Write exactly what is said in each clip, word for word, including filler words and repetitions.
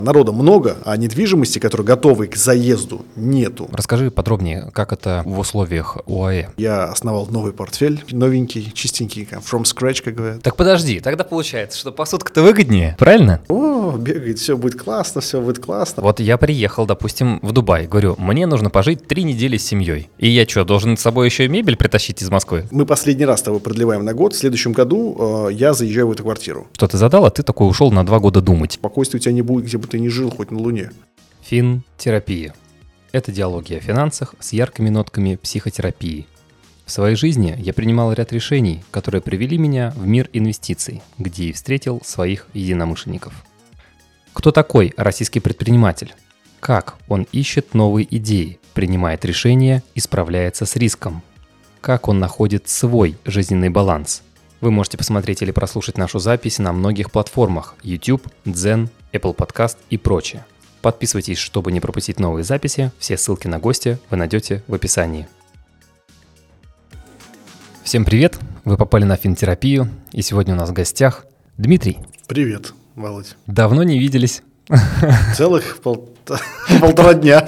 Народа много, а недвижимости, которая готовы к заезду, нету. Расскажи подробнее, как это в условиях ОАЭ. Я основал новый портфель, новенький, чистенький, from scratch, как говорят. Так подожди, тогда получается, что посудка-то выгоднее, правильно? О, бегает, все будет классно, все будет классно. Вот я приехал, допустим, в Дубай, говорю, мне нужно пожить три недели с семьей. И я что, должен с собой еще и мебель притащить из Москвы? Мы последний раз с тобой продлеваем на год. В следующем году э, я заезжаю в эту квартиру. Что ты задал, а ты такой ушел на два года думать. Спокойствия у тебя не будет, где бы ты ни жил, хоть на Луне. Финтерапия. Это диалоги о финансах с яркими нотками психотерапии. В своей жизни я принимал ряд решений, которые привели меня в мир инвестиций, где и встретил своих единомышленников. Кто такой российский предприниматель? Как он ищет новые идеи, принимает решения и справляется с риском? Как он находит свой жизненный баланс? Вы можете посмотреть или прослушать нашу запись на многих платформах YouTube, Дзен, Apple Podcast и прочее. Подписывайтесь, чтобы не пропустить новые записи. Все ссылки на гостя вы найдете в описании. Всем привет! Вы попали на Финтерапию, и сегодня у нас в гостях Дмитрий. Привет, Володь. Давно не виделись. Целых полтора дня.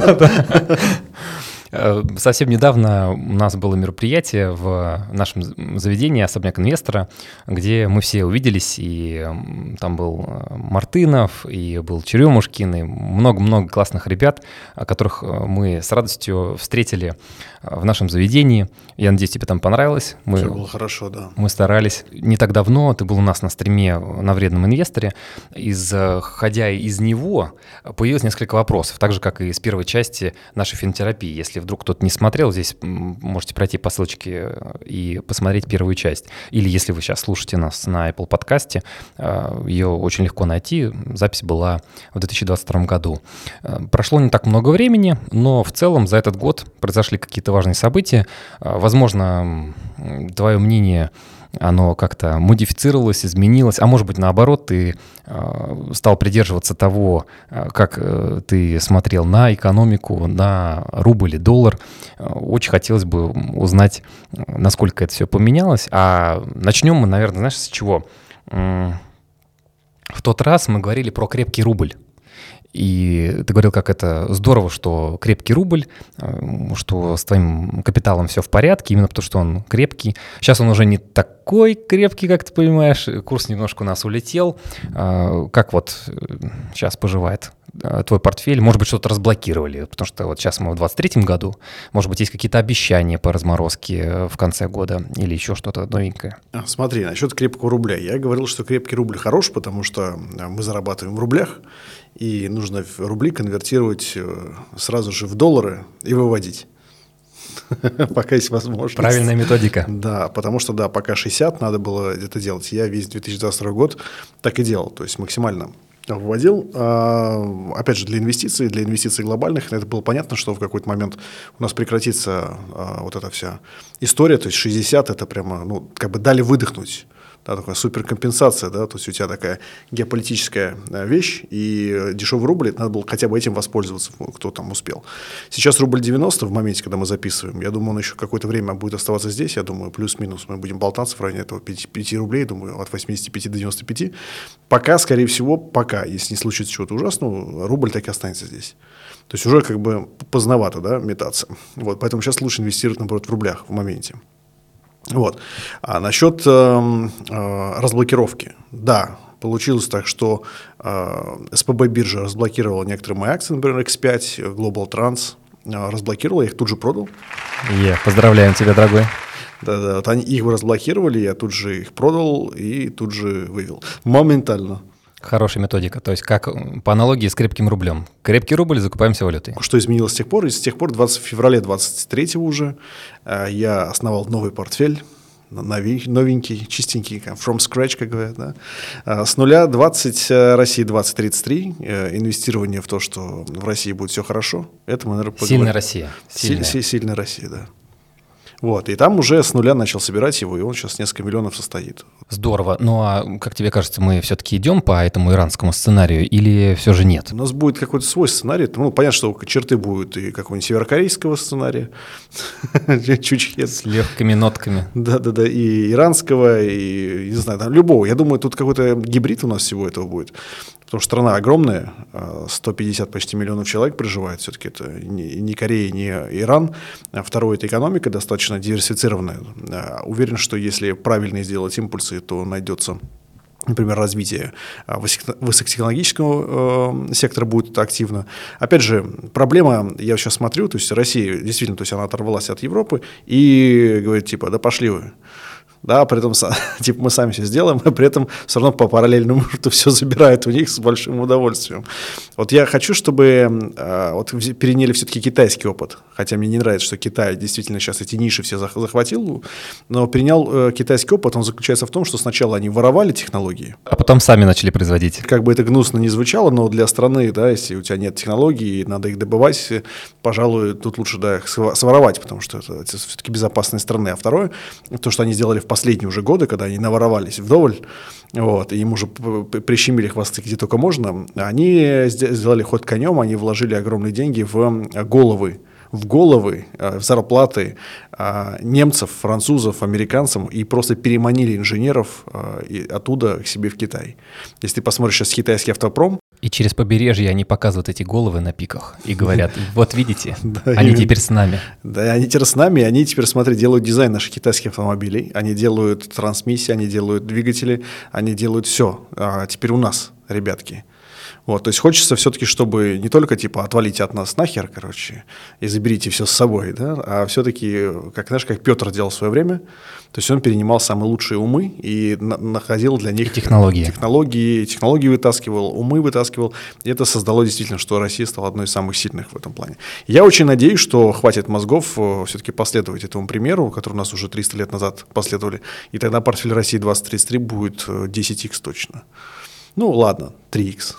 Совсем недавно у нас было мероприятие в нашем заведении «Особняк инвестора», где мы все увиделись, и там был Мартынов, и был Черемушкин, и много-много классных ребят, которых мы с радостью встретили в нашем заведении. Я надеюсь, тебе там понравилось. Мы, Все было хорошо, да. Мы старались. Не так давно ты был у нас на стриме на «Вредном инвесторе». Исходя из него, появилось несколько вопросов, так же, как и из первой части нашей финтерапии. Если вдруг кто-то не смотрел, здесь можете пройти по ссылочке и посмотреть первую часть. Или если вы сейчас слушаете нас на Apple подкасте, ее очень легко найти. Запись была в две тысячи двадцать втором году. Прошло не так много времени, но в целом за этот год произошли какие-то важные события. Возможно, твое мнение, оно как-то модифицировалось, изменилось, а может быть, наоборот, ты э, стал придерживаться того, э, как э, ты смотрел на экономику, на рубль и доллар. Э, очень хотелось бы узнать, насколько это все поменялось. А начнем мы, наверное, знаешь, с чего? Э, в тот раз мы говорили про крепкий рубль. И ты говорил, как это здорово, что крепкий рубль, что с твоим капиталом все в порядке, именно потому что он крепкий. Сейчас он уже не такой крепкий, как ты понимаешь, курс немножко у нас улетел. Как вот сейчас поживает твой портфель? Может быть, что-то разблокировали, потому что вот сейчас мы в двадцать третьем году, может быть, есть какие-то обещания по разморозке в конце года или еще что-то новенькое? Смотри, насчет крепкого рубля. Я говорил, что крепкий рубль хорош, потому что мы зарабатываем в рублях, и нужно рубли конвертировать сразу же в доллары и выводить. Пока есть возможность. Правильная методика. Да, потому что, да, пока шестьдесят надо было это делать. Я весь две тысячи двадцать второй год так и делал, то есть максимально вводил. А, опять же, для инвестиций, для инвестиций глобальных, это было понятно, что в какой-то момент у нас прекратится а, вот эта вся история, то есть шестьдесят это прямо, ну, как бы дали выдохнуть. Да, такая суперкомпенсация, да, то есть у тебя такая геополитическая вещь, и дешевый рубль, надо было хотя бы этим воспользоваться, кто там успел. Сейчас рубль девяносто в моменте, когда мы записываем, я думаю, он еще какое-то время будет оставаться здесь, я думаю, плюс-минус мы будем болтаться в районе этого пяти рублей, думаю, от восьмидесяти пяти до девяноста пяти. Пока, скорее всего, пока, если не случится чего-то ужасного, рубль так и останется здесь. То есть уже как бы поздновато, да, метаться. Вот, поэтому сейчас лучше инвестировать, наоборот, в рублях в моменте. Вот. А насчет э, э, разблокировки. Да, получилось так, что э, СПБ биржа разблокировала некоторые мои акции, например, икс пять, Global Trans, э, разблокировала, я их тут же продал. Yeah, поздравляем тебя, дорогой. Да-да, вот они их разблокировали, я тут же их продал и тут же вывел. Моментально. Хорошая методика. То есть как по аналогии с крепким рублем. Крепкий рубль, закупаемся валютой. Что изменилось с тех пор? И с тех пор, двадцатого февраля двадцать третьего уже, я основал новый портфель, новенький, чистенький, from scratch, как говорят. Да? С нуля двадцать, Россия двадцать тридцать три, инвестирование в то, что в России будет все хорошо. Это мы, наверное, поговорим. Сильная Россия. Сильная. Сильная, сильная Россия, да. Вот, и там уже с нуля начал собирать его, и он сейчас несколько миллионов состоит. Здорово. Ну а как тебе кажется, мы все-таки идем по этому иранскому сценарию или все же нет? У нас будет какой-то свой сценарий. Ну, понятно, что черты будут и какого-нибудь северокорейского сценария. Чуть-чуть. С легкими нотками. Да-да-да, и иранского, и, не знаю, там любого. Я думаю, тут какой-то гибрид у нас всего этого будет. Потому что страна огромная, сто пятьдесят почти миллионов человек проживает, все-таки это не Корея, не Иран. Второе, это экономика достаточно диверсифицированная. Уверен, что если правильно сделать импульсы, то найдется, например, развитие высокотехнологического э, сектора будет активно. Опять же, проблема, я сейчас смотрю, то есть Россия действительно, то есть она оторвалась от Европы и говорит, типа, да пошли вы. Да, при этом, типа, мы сами все сделаем, а при этом все равно по параллельному маршруту все забирают у них с большим удовольствием. Вот я хочу, чтобы э, вот переняли все-таки китайский опыт, хотя мне не нравится, что Китай действительно сейчас эти ниши все захватил, но перенял э, китайский опыт, он заключается в том, что сначала они воровали технологии, а потом сами начали производить. Как бы это гнусно не звучало, но для страны, да, если у тебя нет технологий, надо их добывать, пожалуй, тут лучше, да, их своровать, потому что это, это все-таки безопасность страны. А второе, то, что они сделали в последние уже годы, когда они наворовались вдоволь, вот, и им уже прищемили хвосты где только можно, они сделали ход конем, они вложили огромные деньги в головы, в головы, в зарплаты немцев, французов, американцев и просто переманили инженеров оттуда к себе в Китай. Если ты посмотришь сейчас китайский автопром, и через побережье они показывают эти головы на пиках и говорят, вот видите, они теперь с нами. Да, они теперь с нами, они теперь, смотри, делают дизайн наших китайских автомобилей, они делают трансмиссии, они делают двигатели, они делают все. А теперь у нас, ребятки. Вот, то есть хочется все-таки, чтобы не только типа отвалите от нас нахер, короче, и заберите все с собой, да, а все-таки, как знаешь, как Петр делал в свое время, то есть он перенимал самые лучшие умы и на- находил для них технологии. технологии, технологии вытаскивал, умы вытаскивал, и это создало действительно, что Россия стала одной из самых сильных в этом плане. Я очень надеюсь, что хватит мозгов все-таки последовать этому примеру, который у нас уже триста лет назад последовали, и тогда портфель России двадцать тридцать три будет десять икс точно. Ну, ладно, три икс.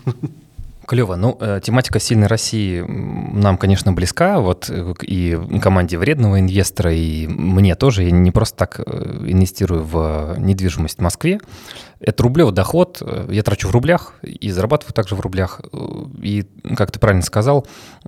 Клево. Ну, э, тематика сильной России нам, конечно, близка. Вот и команде вредного инвестора, и мне тоже. Я не просто так инвестирую в недвижимость в Москве. Это рублевый доход. Я трачу в рублях и зарабатываю также в рублях. И, как ты правильно сказал,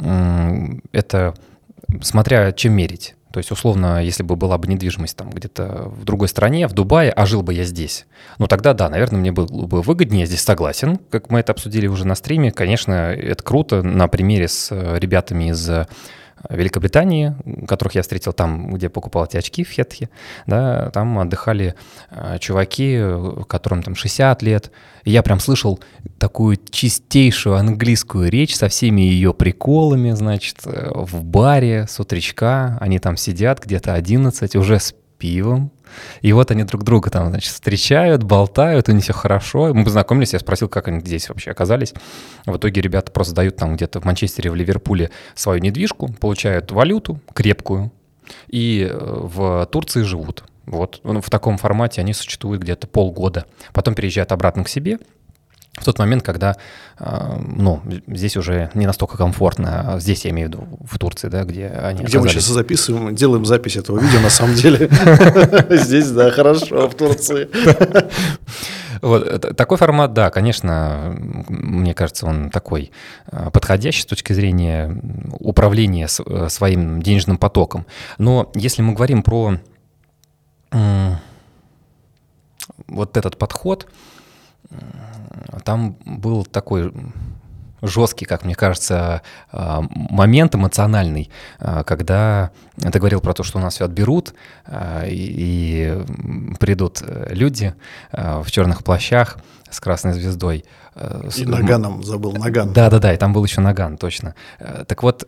это смотря чем мерить. То есть, условно, если бы была бы недвижимость там где-то в другой стране, в Дубае, а жил бы я здесь, ну тогда да, наверное, мне было бы выгоднее, я здесь согласен, как мы это обсудили уже на стриме. Конечно, это круто на примере с ребятами из Великобритании, которых я встретил там, где покупал эти очки в Фетхе, да, там отдыхали э, чуваки, которым там шестьдесят лет, и я прям слышал такую чистейшую английскую речь со всеми ее приколами, значит, в баре с утречка, они там сидят где-то одиннадцать, уже с пивом, и вот они друг друга там, значит, встречают, болтают, у них все хорошо. Мы познакомились, я спросил, как они здесь вообще оказались. В итоге ребята просто дают там где-то в Манчестере, в Ливерпуле свою недвижку, получают валюту крепкую и в Турции живут. Вот в таком формате они существуют где-то полгода. Потом переезжают обратно к себе. В тот момент, когда, ну, здесь уже не настолько комфортно, здесь я имею в виду в Турции, да, где они Где оказались. мы сейчас записываем, делаем запись этого видео, на самом деле. Здесь, да, хорошо, в Турции. Вот, такой формат, да, конечно, мне кажется, он такой подходящий с точки зрения управления своим денежным потоком. Но если мы говорим про вот этот подход, там был такой жесткий, как мне кажется, момент эмоциональный, когда ты говорил про то, что у нас все отберут, и придут люди в черных плащах с красной звездой. И наганом, забыл, наган. Да-да-да, и там был еще наган, точно. Так вот,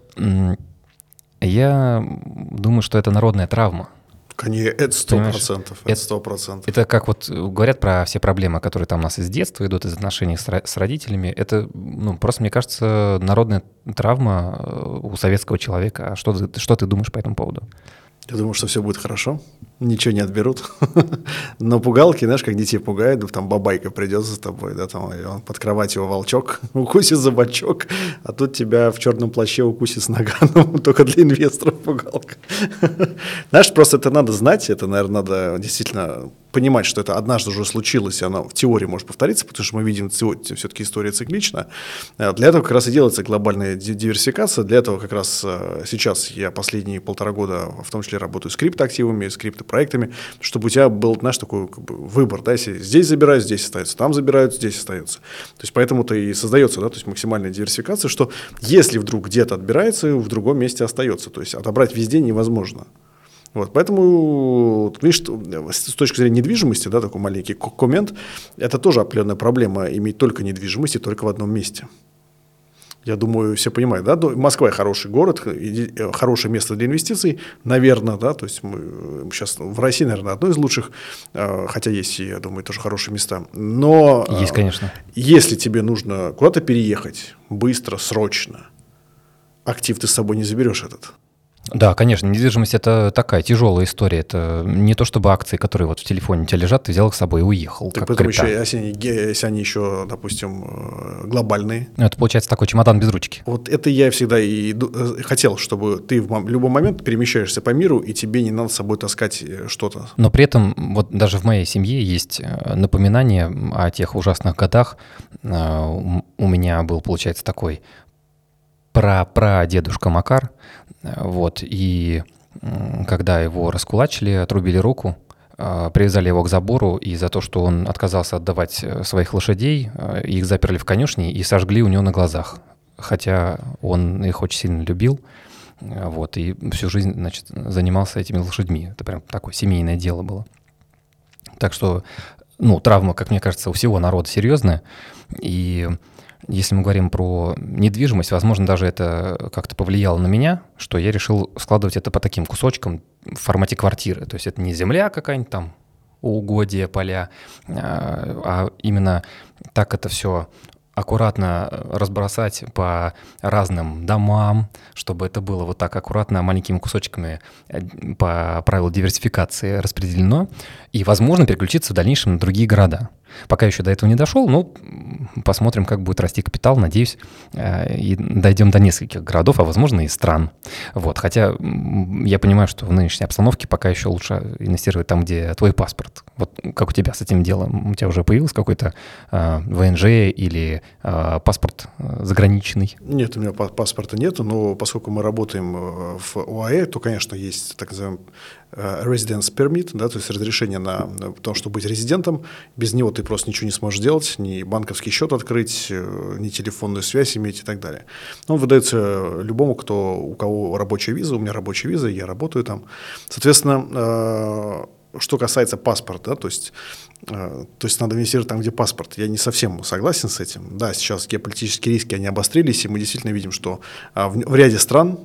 я думаю, что это народная травма. Конечно, это сто процентов, это сто процентов. Это как вот говорят про все проблемы, которые там у нас из детства идут, из отношений с, с родителями. Это, ну, просто, мне кажется, народная травма у советского человека. А что, что ты думаешь по этому поводу? Я думаю, что все будет хорошо, ничего не отберут. Но пугалки, знаешь, как детей пугают, там бабайка придет за тобой, да, там он под кроватью волчок, укусит за бочок, а тут тебя в черном плаще укусит с наганом, только для инвесторов пугалка. Знаешь, просто это надо знать, это, наверное, надо действительно понимать, что это однажды уже случилось, и оно в теории может повториться, потому что мы видим, все-таки история циклична. Для этого как раз и делается глобальная диверсификация, для этого как раз сейчас я последние полтора года в том числе работаю с криптоактивами, с крипто какими-то проектами, чтобы у тебя был, знаешь, такой как бы, выбор, да, если здесь забирают, здесь остается, там забирают, здесь остается. То есть поэтому-то и создается, да, то есть максимальная диверсификация, что если вдруг где-то отбирается, в другом месте остается. То есть отобрать везде невозможно. Вот, поэтому, видишь, с точки зрения недвижимости, да, такой маленький коммент, это тоже определенная проблема иметь только недвижимость и только в одном месте. Я думаю, все понимают, да, Москва хороший город, хорошее место для инвестиций, наверное, да, то есть мы сейчас в России, наверное, одно из лучших, хотя есть, я думаю, тоже хорошие места, но есть, конечно. Если тебе нужно куда-то переехать быстро, срочно, актив ты с собой не заберешь этот. Да, конечно, недвижимость – это такая тяжелая история. Это не то чтобы акции, которые вот в телефоне у тебя лежат, ты взял их с собой и уехал. Так поэтому еще, если они, если они еще, допустим, глобальные. Это получается такой чемодан без ручки. Вот это я всегда и хотел, чтобы ты в любой момент перемещаешься по миру, и тебе не надо с собой таскать что-то. Но при этом вот даже в моей семье есть напоминание о тех ужасных годах. У меня был, получается, такой пра-пра-дедушка Макар. Вот, и когда его раскулачили, отрубили руку, привязали его к забору, и за то, что он отказался отдавать своих лошадей, их заперли в конюшне и сожгли у него на глазах. Хотя он их очень сильно любил, вот, и всю жизнь, значит, занимался этими лошадьми. Это прям такое семейное дело было. Так что, ну, травма, как мне кажется, у всего народа серьезная, и... Если мы говорим про недвижимость, возможно, даже это как-то повлияло на меня, что я решил складывать это по таким кусочкам в формате квартиры. То есть это не земля какая-нибудь там, угодья, поля, а именно так это все аккуратно разбросать по разным домам, чтобы это было вот так аккуратно маленькими кусочками по правилу диверсификации распределено, и, возможно, переключиться в дальнейшем на другие города. Пока еще до этого не дошел, но посмотрим, как будет расти капитал, надеюсь, и дойдем до нескольких городов, а, возможно, и стран. Вот. Хотя я понимаю, что в нынешней обстановке пока еще лучше инвестировать там, где твой паспорт. Вот как у тебя с этим делом? У тебя уже появился какой-то э, вэ эн жэ или э, паспорт заграничный? Нет, у меня паспорта нет, но поскольку мы работаем в о а э, то, конечно, есть так называемый residence permit, да, то есть разрешение на, на то, чтобы быть резидентом. Без него ты просто ничего не сможешь делать, ни банковский счет открыть, ни телефонную связь иметь и так далее. Он выдается любому, кто, у кого рабочая виза, у меня рабочая виза, я работаю там. Соответственно, что касается паспорта, да, то есть, то есть надо инвестировать там, где паспорт. Я не совсем согласен с этим. Да, сейчас геополитические риски, они обострились, и мы действительно видим, что в, в ряде стран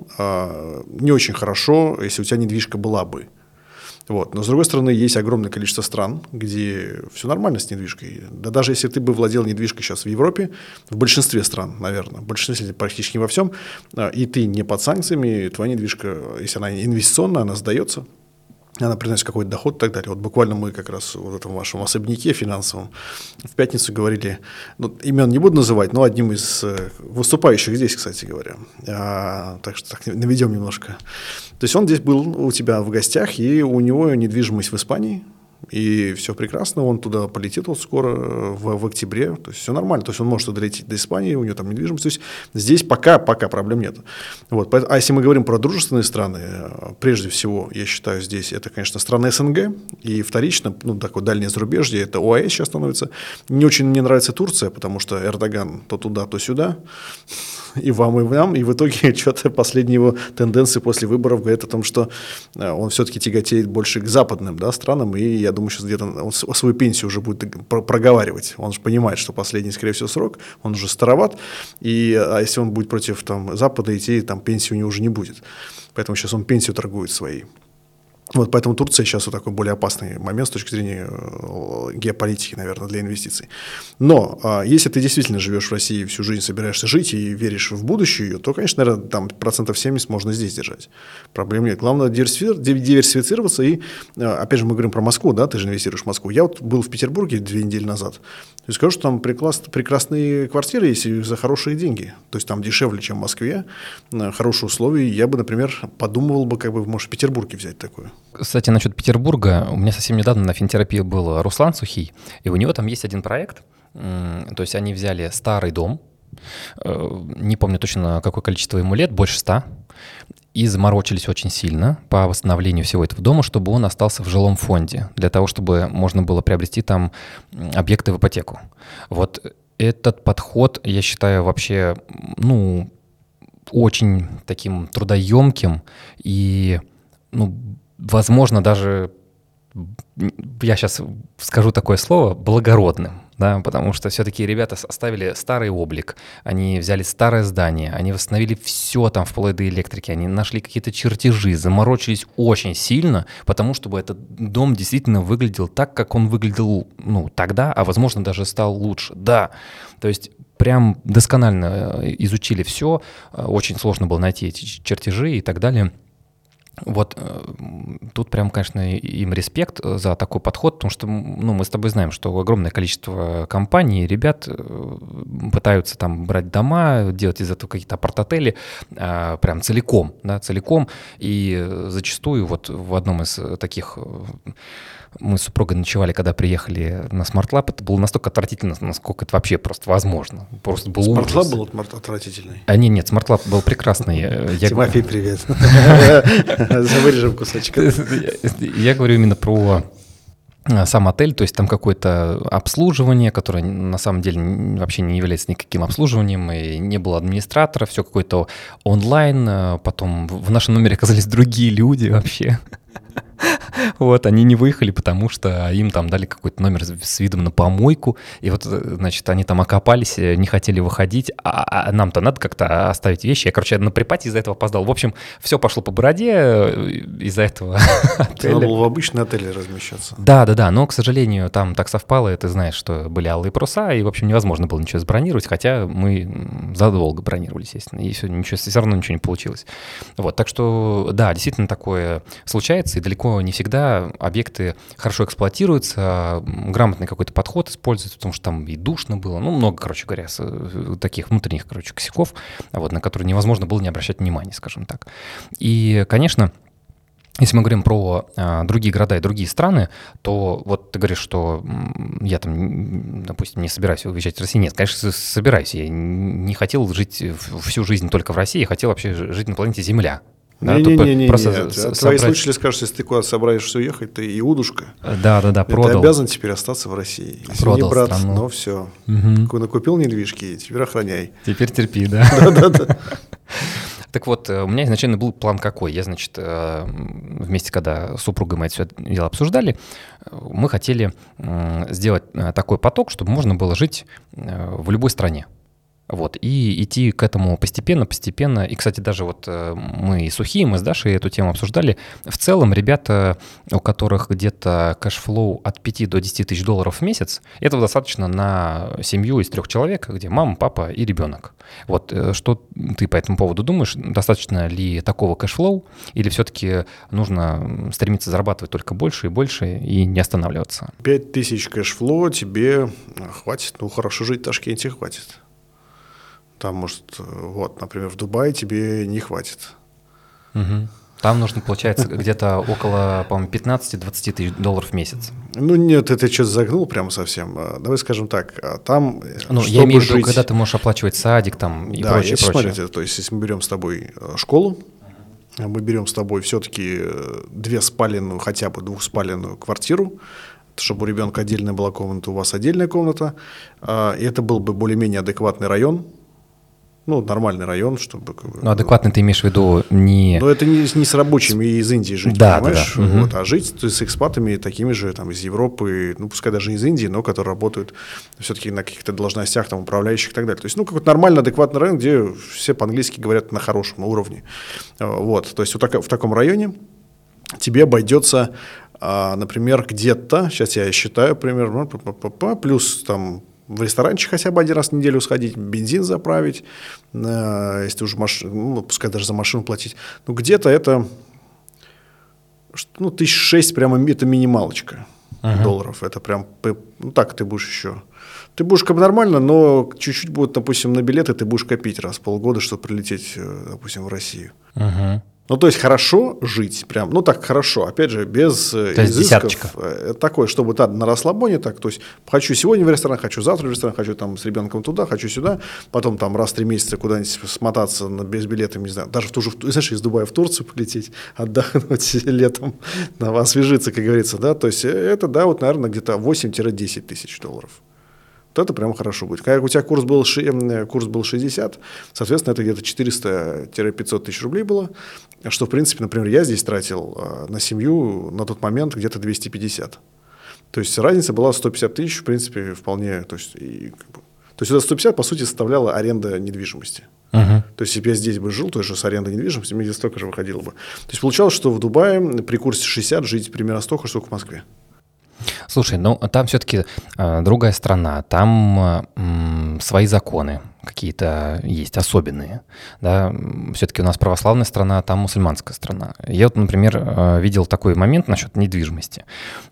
не очень хорошо, если у тебя недвижка была бы. Вот. Но, с другой стороны, есть огромное количество стран, где все нормально с недвижкой. Да даже если ты бы владел недвижкой сейчас в Европе, в большинстве стран, наверное, в большинстве, практически не во всем, и ты не под санкциями, твоя недвижка, если она инвестиционная, она сдается, она приносит какой-то доход и так далее. Вот буквально мы как раз в этом вашем особняке финансовом в пятницу говорили, ну, имен не буду называть, но одним из выступающих здесь, кстати говоря. А, так что так наведем немножко. То есть он здесь был у тебя в гостях, и у него недвижимость в Испании, и все прекрасно, он туда полетит вот скоро, в, в октябре, то есть все нормально, то есть он может долететь до Испании, у него там недвижимость, то есть здесь пока, пока проблем нет. Вот. А если мы говорим про дружественные страны, прежде всего, я считаю, здесь это, конечно, страны эс эн гэ, и вторично, ну, такое дальнее зарубежье, это о а э сейчас становится. Не очень мне нравится Турция, потому что Эрдоган то туда, то сюда, и вам, и вам, и в итоге что-то последние его тенденции после выборов говорят о том, что он все-таки тяготеет больше к западным, да, странам, и я думаю, сейчас где-то он свою пенсию уже будет проговаривать. Он же понимает, что последний, скорее всего, срок, он уже староват, и, а если он будет против там, Запада идти, там пенсии у него уже не будет. Поэтому сейчас он пенсию торгует своей. Вот поэтому Турция сейчас вот такой более опасный момент с точки зрения геополитики, наверное, для инвестиций. Но а, если ты действительно живешь в России, всю жизнь собираешься жить и веришь в будущее ее, то, конечно, наверное, там процентов семьдесят можно здесь держать. Проблем нет. Главное диверсифицироваться. И, опять же, мы говорим про Москву, да, ты же инвестируешь в Москву. Я вот был в Петербурге две недели назад. И скажу, что там прекрасные квартиры есть и за хорошие деньги. То есть там дешевле, чем в Москве, хорошие условия. Я бы, например, подумывал бы, как бы, может, в Петербурге взять такое. Кстати, насчет Петербурга, у меня совсем недавно на финтерапии был Руслан Сухий, и у него там есть один проект, то есть они взяли старый дом, не помню точно, какое количество ему лет, больше ста, и заморочились очень сильно по восстановлению всего этого дома, чтобы он остался в жилом фонде, для того, чтобы можно было приобрести там объекты в ипотеку. Вот этот подход, я считаю, вообще, ну, очень таким трудоемким и, ну, возможно, даже, я сейчас скажу такое слово, благородным. Да, потому что все-таки ребята оставили старый облик, они взяли старое здание, они восстановили все там вплоть до электрики, они нашли какие-то чертежи, заморочились очень сильно, потому чтобы этот дом действительно выглядел так, как он выглядел, ну, тогда, а возможно даже стал лучше. Да, то есть прям досконально изучили все, очень сложно было найти эти чертежи и так далее. Вот тут прям, конечно, им респект за такой подход, потому что, ну, мы с тобой знаем, что огромное количество компаний, ребят пытаются там брать дома, делать из этого какие-то апарт-отели прям целиком, да, целиком, и зачастую вот в одном из таких... Мы с супругой ночевали, когда приехали на Smart Lab. Это было настолько отвратительно, насколько это вообще просто возможно. Просто был Smart ужас. Lab был отвратительный? А нет, нет, Smart Lab был прекрасный. Я... Тимофей, привет. Вырежем кусочек. Я говорю именно про сам отель, то есть там какое-то обслуживание, которое на самом деле вообще не является никаким обслуживанием, и не было администратора, все какое-то онлайн. Потом в нашем номере оказались другие люди вообще. Вот, они не выехали, потому что им там дали какой-то номер с видом на помойку, и вот, значит, они там окопались, не хотели выходить, а, а нам-то надо как-то оставить вещи. Я, короче, на припати из-за этого опоздал. В общем, все пошло по бороде из-за этого отеля. Надо было в обычном отеле размещаться. Да-да-да, но, к сожалению, там так совпало, ты знаешь, что были алые паруса, и, в общем, невозможно было ничего забронировать, хотя мы задолго бронировали, естественно, и все, ничего, все равно ничего не получилось. Вот, так что, да, действительно такое случается, и далеко не всегда объекты хорошо эксплуатируются, грамотный какой-то подход используется, потому что там и душно было, ну, много, короче говоря, таких внутренних, короче, косяков, вот, на которые невозможно было не обращать внимания, скажем так. И, конечно, если мы говорим про а, другие города и другие страны, то вот ты говоришь, что я там, допустим, не собираюсь уезжать в Россию. Нет, конечно, собираюсь. Я не хотел жить всю жизнь только в России, я хотел вообще жить на планете Земля. Да, Не-не-не, просто собрать... твои случаи скажешь, если ты куда собираешься уехать, ты иудушка. Да-да-да, продал. Ты обязан теперь остаться в России. Если продал не, брат, страну. ну все. Угу. Накупил недвижки, теперь охраняй. Теперь терпи, да. Да-да-да. Так вот, у меня изначально был план какой. Я, значит, вместе, когда с супругой мы это все дело обсуждали, мы хотели сделать такой поток, чтобы можно было жить в любой стране. Вот, и идти к этому постепенно, постепенно. И, кстати, даже вот мы и Сухие, мы с Дашей эту тему обсуждали. В целом, ребята, у которых где-то кэшфлоу от пяти до десяти тысяч долларов в месяц, этого достаточно на семью из трех человек, где мама, папа и ребенок. Вот, что ты по этому поводу думаешь? Достаточно ли такого кэшфлоу? Или все-таки нужно стремиться зарабатывать только больше и больше и не останавливаться? Пять тысяч кэшфлоу тебе хватит. Ну, хорошо жить в Ташкенте хватит. Там, может, вот, например, в Дубае тебе не хватит. Угу. Там нужно, получается, где-то около, по-моему, пятнадцать-двадцать тысяч долларов в месяц. Ну нет, это что-то загнул прямо совсем. Давай скажем так, там, ну, я имею в виду, жить... когда ты можешь оплачивать садик там и да, прочее, если прочее. Смотрите, то есть если мы берем с тобой школу, мы берем с тобой все-таки две спаленную, хотя бы двухспаленную квартиру, чтобы у ребенка отдельная была комната, у вас отдельная комната, и это был бы более-менее адекватный район. Ну, нормальный район, чтобы... Ну, адекватно ты имеешь в виду не... Ну, это не, не с рабочими из Индии жить, да, понимаешь? Да, да. Вот, угу. А жить то есть, с экспатами такими же, там, из Европы, ну, пускай даже из Индии, но которые работают все-таки на каких-то должностях, там, управляющих и так далее. То есть, ну, какой-то нормальный, адекватный район, где все по-английски говорят на хорошем уровне. Вот, то есть, вот так, в таком районе тебе обойдется, например, где-то, сейчас я считаю примерно, плюс там... в ресторанчик хотя бы один раз в неделю сходить, бензин заправить, э, если уже машину, ну, пускай даже за машину платить. Ну, где-то это, ну, тысяч шесть прямо, это минималочка uh-huh. долларов. Это прям, ну, так ты будешь еще. Ты будешь как бы нормально, но чуть-чуть будет, допустим, на билеты ты будешь копить раз в полгода, чтобы прилететь, допустим, в Россию. Uh-huh. Ну, то есть хорошо жить, прям, ну так хорошо, опять же, без то есть изысков. Десяточка. Такое, чтобы да, на расслабоне так, то есть хочу сегодня в ресторан, хочу завтра в ресторан, хочу там с ребенком туда, хочу сюда, потом там раз в три месяца куда-нибудь смотаться на, без билета, не знаю, даже в ту же, знаешь, из Дубая в Турцию полететь, отдохнуть летом, освежиться, как говорится, да, то есть это, да, вот, наверное, где-то восемь-десять тысяч долларов. Вот это прям хорошо будет. Когда у тебя курс был, курс был шестьдесят, соответственно, это где-то четыреста-пятьсот тысяч рублей было, что, в принципе, например, я здесь тратил на семью на тот момент где-то двести пятьдесят. То есть разница была сто пятьдесят тысяч, в принципе, вполне... То есть, и, как бы, то есть это сто пятьдесят, по сути, составляла аренда недвижимости. Uh-huh. То есть, если бы я здесь бы жил, то есть с арендой недвижимости, мне здесь столько же выходило бы. То есть получалось, что в Дубае при курсе шестьдесят жить примерно столько, сколько в Москве. Слушай, ну там все-таки э, другая страна, там э, свои законы какие-то есть особенные, да, все-таки у нас православная страна, там мусульманская страна. Я вот, например, э, видел такой момент насчет недвижимости,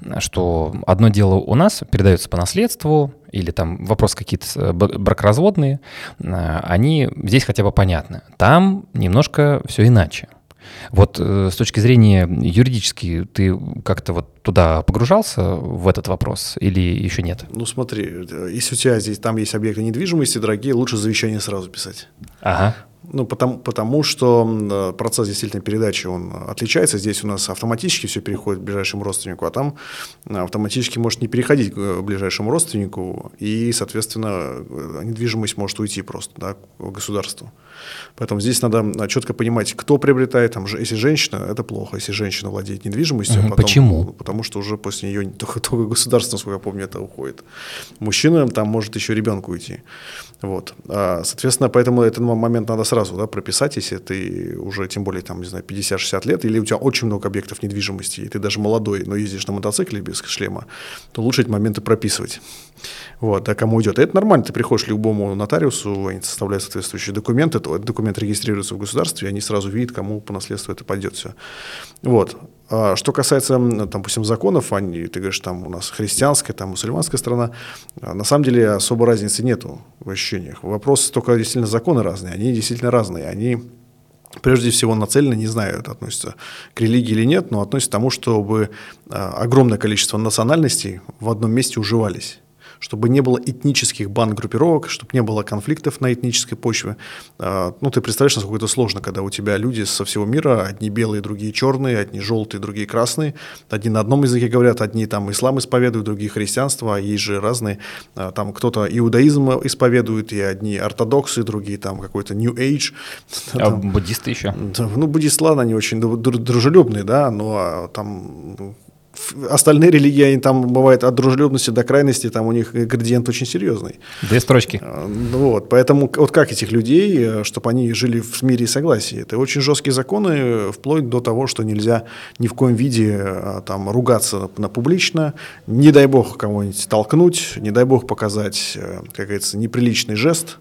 что одно дело у нас передается по наследству, или там вопросы какие-то бракоразводные, э, они здесь хотя бы понятны, там немножко все иначе. Вот э, с точки зрения юридической, ты как-то вот туда погружался в этот вопрос или еще нет? Ну смотри, если у тебя здесь там есть объекты недвижимости дорогие, лучше завещание сразу писать. Ага. Ну, потому, потому что процесс действительно передачи, он отличается. Здесь у нас автоматически все переходит к ближайшему родственнику, а там автоматически может не переходить к ближайшему родственнику, и, соответственно, недвижимость может уйти просто, да, к государству. Поэтому здесь надо четко понимать, кто приобретает. Там, если женщина, это плохо. Если женщина владеет недвижимостью, угу, а потом, почему? Потому что уже после нее только, только государство, насколько я помню, это уходит. Мужчина, там может еще ребенку уйти. Вот. Соответственно, поэтому этот момент надо сразу, да, прописать, если ты уже, тем более, там, не знаю, пятьдесят-шестьдесят лет, или у тебя очень много объектов недвижимости, и ты даже молодой, но ездишь на мотоцикле без шлема, то лучше эти моменты прописывать. Вот, да, кому идет. И это нормально, ты приходишь к любому нотариусу, они составляют соответствующие документы, этот документ регистрируется в государстве, и они сразу видят, кому по наследству это пойдет все. Вот. А что касается, там, допустим, законов, они, ты говоришь, там у нас христианская, там мусульманская страна, на самом деле особо разницы нету в ощущениях. Вопрос только действительно законы разные, они действительно разные, они прежде всего нацелены, не знаю, это относится к религии или нет, но относится к тому, чтобы огромное количество национальностей в одном месте уживались. Чтобы не было этнических банд-группировок, чтобы не было конфликтов на этнической почве. Ну, ты представляешь, насколько это сложно, когда у тебя люди со всего мира, одни белые, другие черные, одни желтые, другие красные, одни на одном языке говорят, одни там ислам исповедуют, другие христианство, а есть же разные, там кто-то иудаизм исповедует, и одни ортодоксы, другие там какой-то New Age. А там, буддисты еще? Ну, буддисты, ладно, они очень дружелюбные, да, но там... Остальные религии, они там бывают от дружелюбности до крайности, там у них градиент очень серьезный. Две строчки. Вот, поэтому вот как этих людей, чтобы они жили в мире и согласии? Это очень жесткие законы, вплоть до того, что нельзя ни в коем виде там ругаться на публично, не дай бог кого-нибудь толкнуть, не дай бог показать, как говорится, неприличный жест.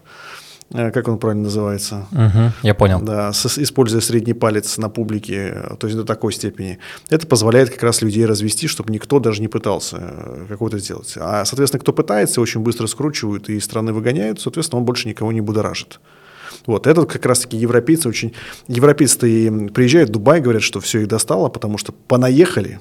Как он правильно называется? Угу, я понял. Да, с, используя средний палец на публике, то есть до такой степени. Это позволяет как раз людей развести, чтобы никто даже не пытался какого-то сделать. А, соответственно, кто пытается, очень быстро скручивают и из страны выгоняют, соответственно, он больше никого не будоражит. Вот, это как раз-таки европейцы очень... Европейцы приезжают в Дубай, говорят, что все их достало, потому что понаехали,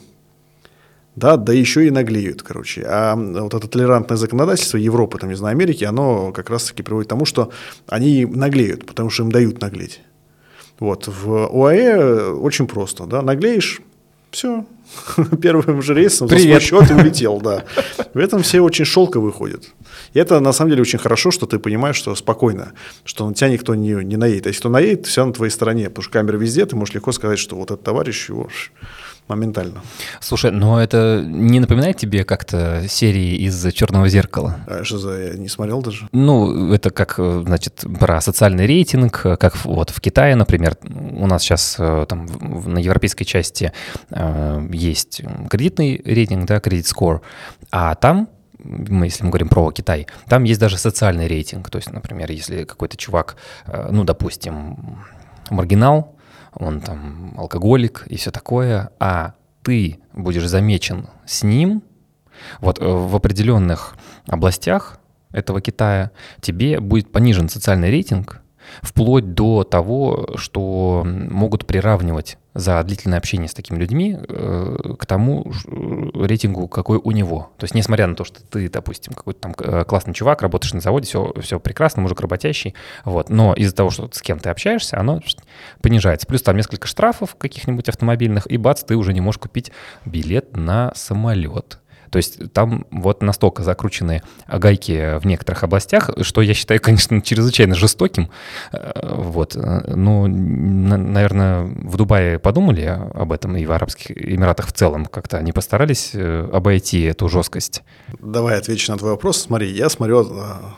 да, да еще и наглеют, короче. А вот это толерантное законодательство Европы, там, не знаю, Америки, оно как раз-таки приводит к тому, что они наглеют, потому что им дают наглеть. Вот, в ОАЭ очень просто, да, наглеешь, все, первым же рейсом за свой счет улетел, да. В этом все очень шелко выходят. И это, на самом деле, очень хорошо, что ты понимаешь, что спокойно, что на тебя никто не, не наедет. А если кто наедет, все на твоей стороне, потому что камера везде, ты можешь легко сказать, что вот этот товарищ его... моментально. Слушай, но это не напоминает тебе как-то серии из «Черного зеркала»? А что за... Я не смотрел даже. Ну, это как, значит, про социальный рейтинг, как вот в Китае, например. У нас сейчас там на европейской части э, есть кредитный рейтинг, да, кредит скор, а там, мы, если мы говорим про Китай, там есть даже социальный рейтинг. То есть, например, если какой-то чувак, э, ну, допустим, маргинал, он там алкоголик и все такое, а ты будешь замечен с ним, вот в определенных областях этого Китая тебе будет понижен социальный рейтинг, вплоть до того, что могут приравнивать за длительное общение с такими людьми э, к тому рейтингу, какой у него. То есть, несмотря на то, что ты, допустим, какой-то там классный чувак, работаешь на заводе, все, все прекрасно, мужик работящий, вот, но из-за того, что с кем ты общаешься, оно понижается. Плюс там несколько штрафов каких-нибудь автомобильных, и бац, ты уже не можешь купить билет на самолет. То есть там вот настолько закручены гайки в некоторых областях, что я считаю, конечно, чрезвычайно жестоким. Вот. Ну, наверное, в Дубае подумали об этом и в Арабских Эмиратах в целом как-то они постарались обойти эту жесткость. Давай отвечу на твой вопрос. Смотри, я смотрю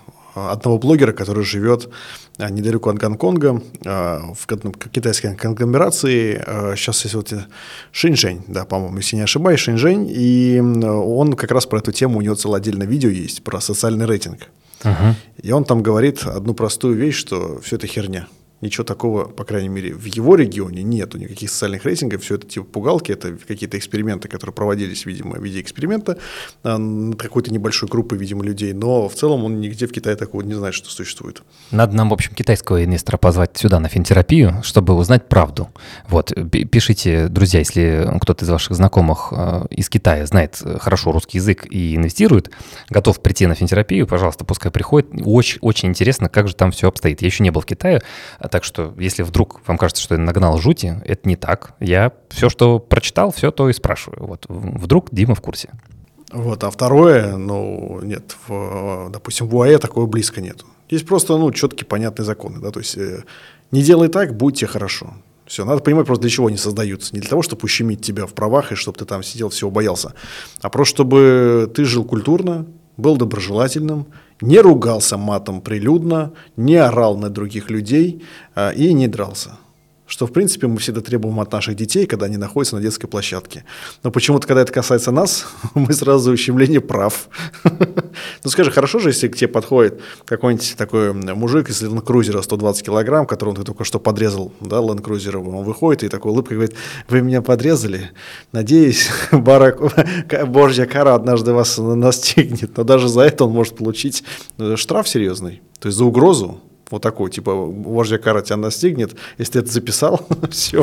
одного блогера, который живет недалеко от Гонконга, в китайской конгломерации. Сейчас есть вот Шэньчжэнь, да, по-моему, если не ошибаюсь, Шэньчжэнь. И он как раз про эту тему, у него целое отдельное видео есть, про социальный рейтинг. Uh-huh. И он там говорит одну простую вещь, что все это херня. Ничего такого, по крайней мере, в его регионе нету никаких социальных рейтингов. Все это типа пугалки, это какие-то эксперименты, которые проводились, видимо, в виде эксперимента над какой-то небольшой группой, видимо, людей. Но в целом он нигде в Китае такого не знает, что существует. Надо нам, в общем, китайского инвестора позвать сюда на финтерапию, чтобы узнать правду. Вот, пишите, друзья, если кто-то из ваших знакомых из Китая знает хорошо русский язык и инвестирует, готов прийти на финтерапию, пожалуйста, пускай приходит. Очень, очень интересно, как же там все обстоит. Я еще не был в Китае. Так что, если вдруг вам кажется, что я нагнал жути, это не так. Я все, что прочитал, все то и спрашиваю. Вот вдруг Дима в курсе. Вот, а второе, ну, нет, в, допустим, в ОАЭ такого близко нету. Есть просто, ну, четкие, понятные законы, да, то есть э, не делай так, будь тебе хорошо. Все, надо понимать просто, для чего они создаются. Не для того, чтобы ущемить тебя в правах и чтобы ты там сидел, всего боялся, а просто чтобы ты жил культурно, был доброжелательным, не ругался матом прилюдно, не орал на других людей а, и не дрался. Что, в принципе, мы всегда требуем от наших детей, когда они находятся на детской площадке. Но почему-то, когда это касается нас, мы сразу за ущемление прав. Ну, скажи, хорошо же, если к тебе подходит какой-нибудь такой мужик из ленд-крузера сто двадцать килограмм, которого ты только что подрезал, да, ленд-крузера, он выходит и такой улыбкой говорит: вы меня подрезали, надеюсь, барак, божья кара однажды вас настигнет. Но даже за это он может получить штраф серьезный, то есть за угрозу. Вот такой, типа, божья кара тебя настигнет, если ты это записал, все.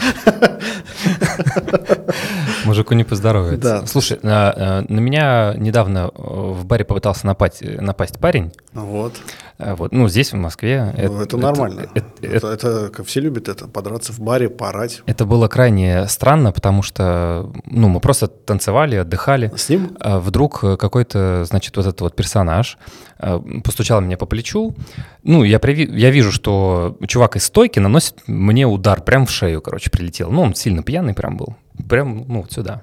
Мужику не поздоровится. Да. Слушай, на, на меня недавно в баре попытался напасть, напасть парень. Вот. Вот. Ну, здесь, в Москве. Ну, это, это нормально. Это, это, это, это, как все любят это, подраться в баре, поорать. Это было крайне странно, потому что, ну, мы просто танцевали, отдыхали. С ним? Вдруг какой-то, значит, вот этот вот персонаж постучал меня по плечу. Ну, я, приви... я вижу, что чувак из стойки наносит мне удар, прям в шею, короче, прилетел. Ну, он сильно пьяный прям был. Прям, ну, вот сюда.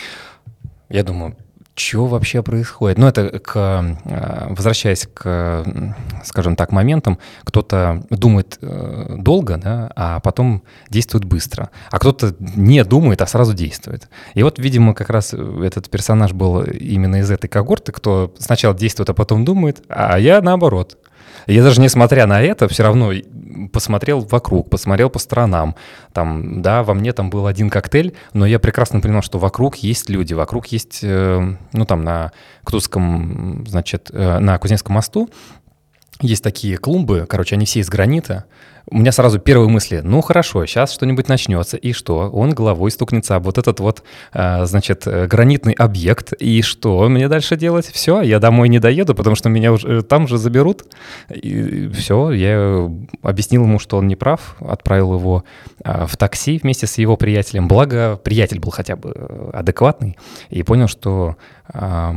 Я думаю, что вообще происходит? Ну, это, к, возвращаясь к, скажем так, моментам, кто-то думает долго, да, а потом действует быстро. А кто-то не думает, а сразу действует. И вот, видимо, как раз этот персонаж был именно из этой когорты, кто сначала действует, а потом думает, а я наоборот. Я даже несмотря на это, все равно посмотрел вокруг, посмотрел по сторонам. Там, да, во мне там был один коктейль, но я прекрасно понимал, что вокруг есть люди, вокруг есть, э, ну, там, на Ктузском, значит, э, на Кузнецком мосту есть такие клумбы, короче, они все из гранита. У меня сразу первые мысли: ну хорошо, сейчас что-нибудь начнется, и что? Он головой стукнется об вот этот вот, а, значит, гранитный объект, и что мне дальше делать? Все, я домой не доеду, потому что меня уже там же заберут. И все, я объяснил ему, что он не прав, отправил его а, в такси вместе с его приятелем. Благо, приятель был хотя бы адекватный и понял, что... А,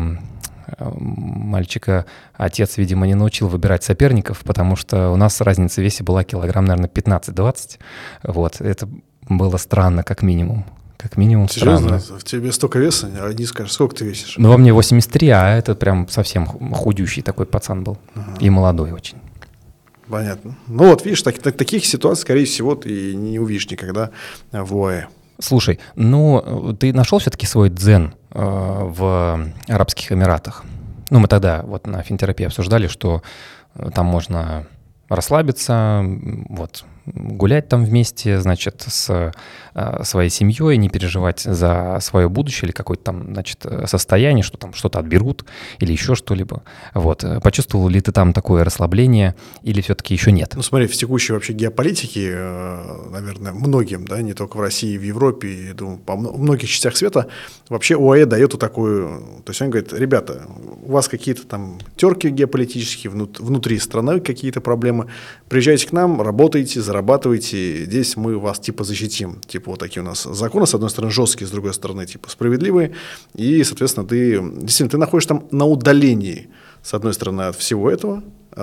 мальчика отец, видимо, не научил выбирать соперников, потому что у нас разница в весе была килограмм, наверное, пятнадцать-двадцать. Вот, это было странно, как минимум. Как минимум Серьезно? странно. В тебе столько веса, а не скажешь, сколько ты весишь? Ну, во мне восемьдесят три, а это прям совсем худющий такой пацан был. Ага. И молодой очень. Понятно. Ну вот, видишь, так, так, таких ситуаций, скорее всего, ты не увидишь никогда в ОАЭ. Слушай, ну, ты нашел все-таки свой дзен э, в Арабских Эмиратах? Ну, мы тогда вот на финтерапии обсуждали, что там можно расслабиться, вот, гулять там вместе, значит, с э, своей семьей, не переживать за свое будущее или какое-то там, значит, состояние, что там что-то отберут или еще что-либо. Вот. Почувствовал ли ты там такое расслабление или все-таки еще нет? Ну, смотри, в текущей вообще геополитике, наверное, многим, да, не только в России, в Европе, я думаю, по многих частях света, вообще ОАЭ дает вот такую, то есть он говорит, ребята, у вас какие-то там терки геополитические, внутри страны какие-то проблемы, приезжайте к нам, работайте, зарабатывайте, здесь мы вас типа защитим. Типа вот такие у нас законы, с одной стороны, жесткие, с другой стороны, типа справедливые. И, соответственно, ты действительно ты находишься там на удалении, с одной стороны, от всего этого,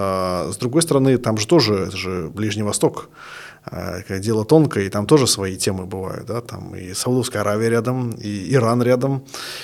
а с другой стороны, там же тоже, это же Ближний Восток, дело тонкое, и там тоже свои темы бывают, да, там и Саудовская Аравия рядом, и Иран рядом,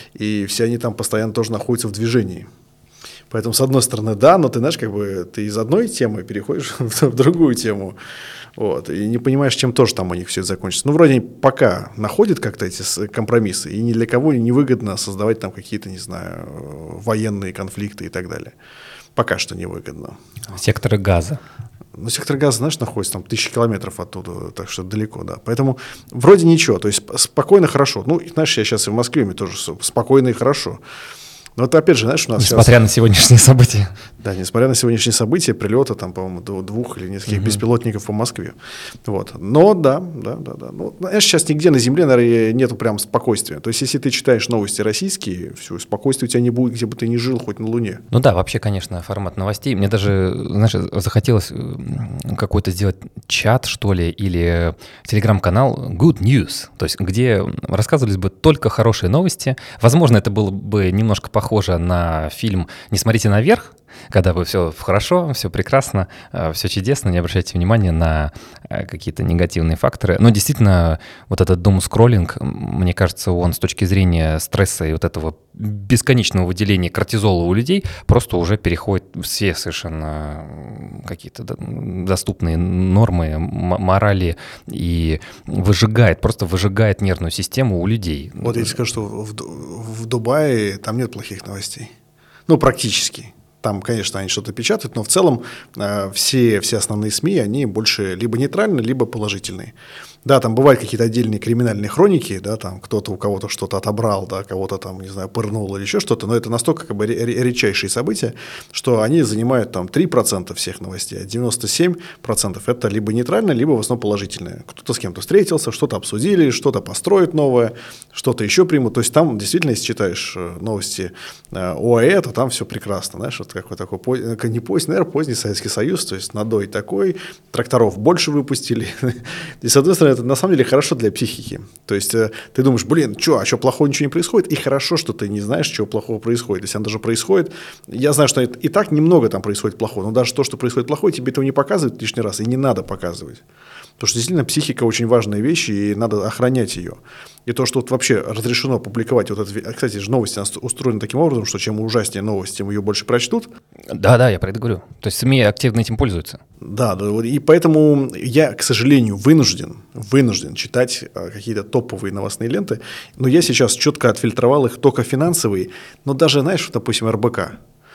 и все они там постоянно тоже находятся в движении. Поэтому, с одной стороны, да, но ты знаешь, как бы ты из одной темы переходишь в другую тему, вот, и не понимаешь, чем тоже там у них все это закончится. Ну, вроде пока находят как-то эти компромиссы, и ни для кого не выгодно создавать там какие-то, не знаю, военные конфликты и так далее. Пока что не выгодно. Секторы газа. Ну, сектор газа, знаешь, находится там тысячи километров оттуда, так что далеко, да. Поэтому вроде ничего, то есть спокойно, хорошо. Ну, знаешь, я сейчас и в Москве, мне тоже спокойно и хорошо. Но это опять же, знаешь, у нас Несмотря сейчас... на сегодняшние события. Да, несмотря на сегодняшние события, прилета там, по-моему, до двух или нескольких угу. беспилотников по Москве. Вот. Но да, да, да, да. Ну, знаешь, сейчас нигде на Земле, наверное, нету прям спокойствия. То есть, если ты читаешь новости российские, все, спокойствия у тебя не будет, где бы ты ни жил, хоть на Луне. Ну да, вообще, конечно, формат новостей. Мне даже, знаешь, захотелось какой-то сделать чат, что ли, или телеграм-канал Good News, то есть, где рассказывались бы только хорошие новости. Возможно, это было бы немножко похоже похоже на фильм «Не смотрите наверх», когда бы все хорошо, все прекрасно, все чудесно, не обращайте внимания на какие-то негативные факторы. Но действительно, вот этот doom-скроллинг, мне кажется, он с точки зрения стресса и вот этого бесконечного выделения кортизола у людей просто уже переходит все совершенно какие-то доступные нормы, морали и выжигает, просто выжигает нервную систему у людей. Вот я тебе скажу, что в, в Дубае там нет плохих новостей. Ну, практически. Там, конечно, они что-то печатают, но в целом э, все, все основные СМИ, они больше либо нейтральные, либо положительные. Да, там бывают какие-то отдельные криминальные хроники, да, там кто-то у кого-то что-то отобрал, да, кого-то там, не знаю, пырнул или еще что-то, но это настолько как бы редчайшие события, что они занимают там три процента всех новостей, а девяносто семь процентов это либо нейтральное, либо в основном положительное. Кто-то с кем-то встретился, что-то обсудили, что-то построят новое, что-то еще примут. То есть там действительно, если читаешь новости ОАЭ, то там все прекрасно, знаешь, вот какой такой, не поздний, наверное, поздний Советский Союз, то есть надой такой, тракторов больше выпустили. И с одной стороны, это на самом деле хорошо для психики. То есть э, ты думаешь, блин, что, а что, плохого ничего не происходит? И хорошо, что ты не знаешь, чего плохого происходит. Если оно даже происходит, я знаю, что и так немного там происходит плохого, но даже то, что происходит плохое, тебе этого не показывают лишний раз, и не надо показывать. Потому что действительно психика очень важная вещь, и надо охранять ее. И то, что вот вообще разрешено публиковать, вот это, кстати, же новости устроены таким образом, что чем ужаснее новость, тем ее больше прочтут. Да-да, я про это говорю. То есть СМИ активно этим пользуются. Да, да, и поэтому я, к сожалению, вынужден, вынужден читать какие-то топовые новостные ленты, но я сейчас четко отфильтровал их только финансовые, но даже, знаешь, допустим, эр бэ ка.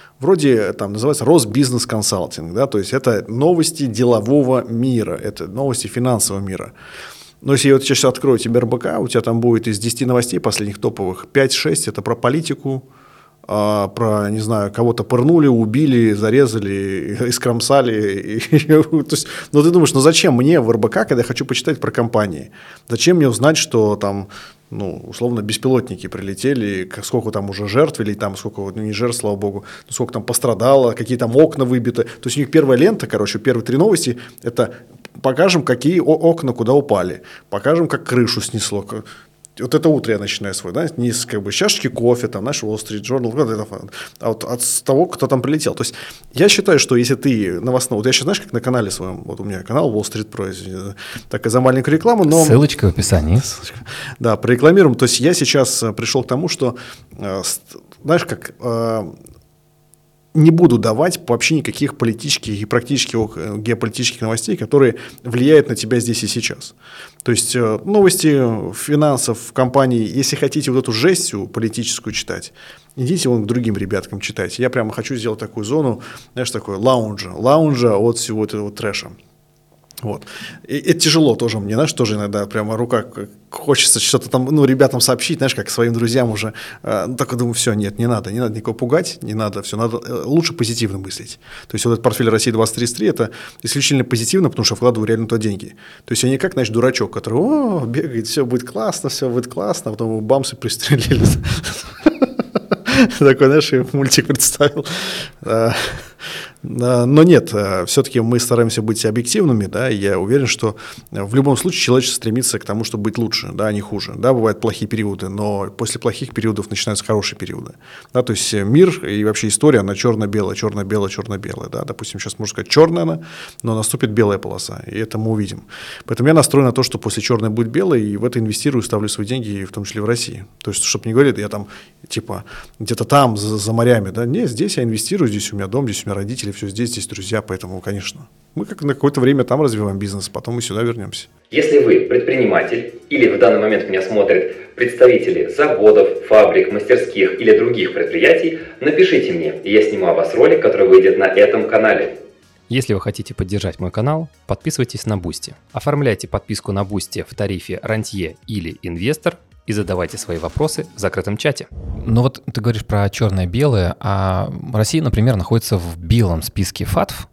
Вроде там называется Росбизнес-консалтинг, да, то есть это новости делового мира, это новости финансового мира. Но если я вот сейчас открою тебе эр бэ ка, у тебя там будет из десяти новостей последних топовых пять-шесть это про политику, а, про, не знаю, кого-то пырнули, убили, зарезали, искромсали. И, то есть, ну ты думаешь, ну зачем мне в эр бэ ка, когда я хочу почитать про компании? Зачем мне узнать, что там, ну, условно, беспилотники прилетели, сколько там уже жертв, или там сколько, ну не жертв, слава богу, но сколько там пострадало, какие там окна выбиты. То есть у них первая лента, короче, первые три новости – это покажем, какие окна куда упали, покажем, как крышу снесло. Вот это утро я начинаю свой, да, не с как бы чашечки кофе, там, наш Wall Street Journal, а вот от того, кто там прилетел. То есть я считаю, что если ты новостной, вот я сейчас, знаешь, как на канале своем, вот у меня канал Wall Street Pro, так и за маленькую рекламу, но... Ссылочка в описании. Да, прорекламируем. То есть я сейчас пришел к тому, что, знаешь, как... не буду давать вообще никаких политических и практических геополитических новостей, которые влияют на тебя здесь и сейчас. То есть новости финансов, компаний, если хотите вот эту жесть политическую читать, идите вон к другим ребяткам читать. Я прямо хочу сделать такую зону, знаешь, такой лаунжа, лаунжа от всего этого трэша. Вот. И это тяжело тоже мне, знаешь, тоже иногда прямо рука хочется что-то там, ну, ребятам сообщить, знаешь, как своим друзьям уже. Ну, так я думаю, все, нет, не надо, не надо никого пугать, не надо, все, надо лучше позитивно мыслить. То есть вот этот портфель России двадцать тридцать три – это исключительно позитивно, потому что вкладываю реально туда деньги. То есть я не как, знаешь, дурачок, который, о, бегает, все будет классно, все будет классно, а потом его бамсы пристрелили. Такой, знаешь, мультик представил. Но нет, все-таки мы стараемся быть объективными, да, и я уверен, что в любом случае человечество стремится к тому, чтобы быть лучше, да, а не хуже. Да, бывают плохие периоды, но после плохих периодов начинаются хорошие периоды. Да, то есть мир и вообще история, она черно-белая, черно-белая, черно-белая. Да. Допустим, сейчас можно сказать черная она, но наступит белая полоса, и это мы увидим. Поэтому я настроен на то, что после черной будет белой, и в это инвестирую, ставлю свои деньги, в том числе в России. То есть, чтобы не говорить, я там типа где-то там, за, за морями, да, нет, здесь я инвестирую, здесь у меня дом, здесь у меня родители, все здесь, здесь друзья, поэтому, конечно, мы как на какое-то время там развиваем бизнес, потом мы сюда вернемся. Если вы предприниматель или в данный момент меня смотрят представители заводов, фабрик, мастерских или других предприятий, напишите мне, и я сниму о вас ролик, который выйдет на этом канале. Если вы хотите поддержать мой канал, подписывайтесь на Boosty. Оформляйте подписку на Boosty в тарифе «Рантье» или «Инвестор» и задавайте свои вопросы в закрытом чате. Ну вот ты говоришь про черное-белое, а Россия, например, находится в белом списке ФАТФ,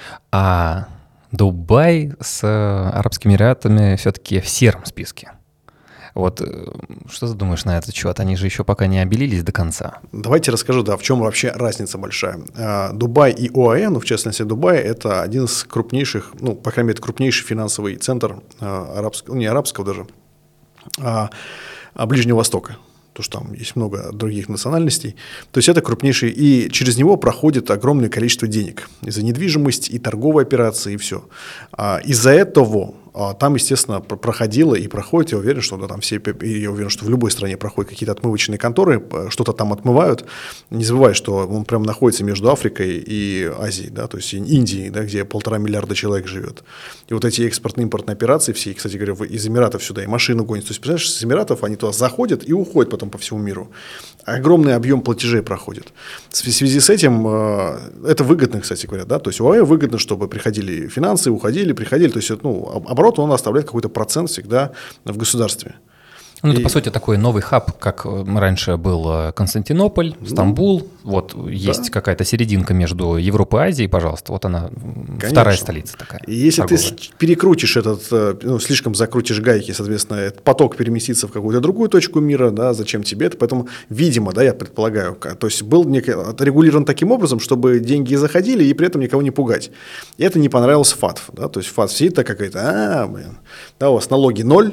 а Дубай с Арабскими Эмиратами все-таки в сером списке. Вот что ты думаешь на этот счет? Они же еще пока не обелились до конца. Давайте расскажу, да, в чем вообще разница большая. Дубай и ОАЭ, ну, в частности, Дубай – это один из крупнейших, ну, по крайней мере, крупнейший финансовый центр арабского, не арабского даже, а Ближнего Востока. Потому что там есть много других национальностей. То есть это крупнейший, и через него проходит огромное количество денег. И за недвижимость, и торговые операции, и все. А из-за этого а, там, естественно, проходило и проходит, я уверен, что да, там все, я уверен, что в любой стране проходят какие-то отмывочные конторы, что-то там отмывают. Не забывай, что он прям находится между Африкой и Азией, да, то есть Индией, да, где полтора миллиарда человек живет. И вот эти экспортно-импортные операции все, кстати говоря, из Эмиратов сюда и машины гонят. То есть, представляешь, из Эмиратов они туда заходят и уходят потом по всему миру. Огромный объем платежей проходит. В связи с этим э, это выгодно, кстати говоря, да, то есть ОАЭ выгодно, чтобы приходили финансы, уходили, приходили, то есть ну, оборот он оставляет какой-то процент всегда в государстве. Ну, это, и... по сути, такой новый хаб, как раньше был Константинополь, Стамбул. Ну, вот есть да. какая-то серединка между Европой и Азией, пожалуйста. Вот она, Конечно. Вторая столица такая. И если торговая. Ты перекрутишь этот, ну, слишком закрутишь гайки, соответственно, этот поток переместится в какую-то другую точку мира, да, зачем тебе это? Поэтому, видимо, да, я предполагаю, то есть был некий, отрегулирован таким образом, чтобы деньги заходили и при этом никого не пугать. И это не понравилось ФАТФ. Да, то есть ФАТФ сидит так какая-то, а, блин, да, у вас налоги ноль,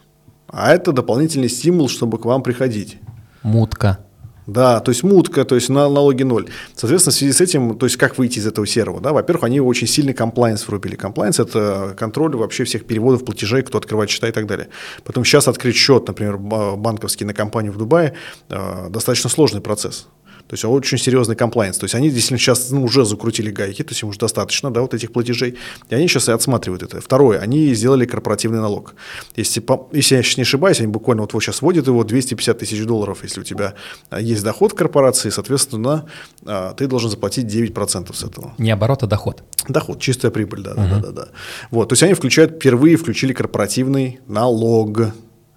а это дополнительный стимул, чтобы к вам приходить. Мутка. Да, то есть мутка, то есть на налоги ноль. Соответственно, в связи с этим, то есть как выйти из этого серого? Да? Во-первых, они очень сильный комплайнс врубили. Комплайнс – это контроль вообще всех переводов, платежей, кто открывает счета и так далее. Потом сейчас открыть счет, например, банковский на компанию в Дубае, достаточно сложный процесс. То есть очень серьезный комплайнс. То есть они действительно сейчас ну, уже закрутили гайки, то есть им уже достаточно да, вот этих платежей, и они сейчас и отсматривают это. Второе, они сделали корпоративный налог. Если, если я сейчас не ошибаюсь, они буквально вот, вот сейчас вводят его двести пятьдесят тысяч долларов, если у тебя есть доход корпорации, соответственно, ты должен заплатить девять процентов с этого. Не оборот, а доход. Доход, чистая прибыль, да, uh-huh. да, да, да. Вот, то есть они включают, впервые включили корпоративный налог.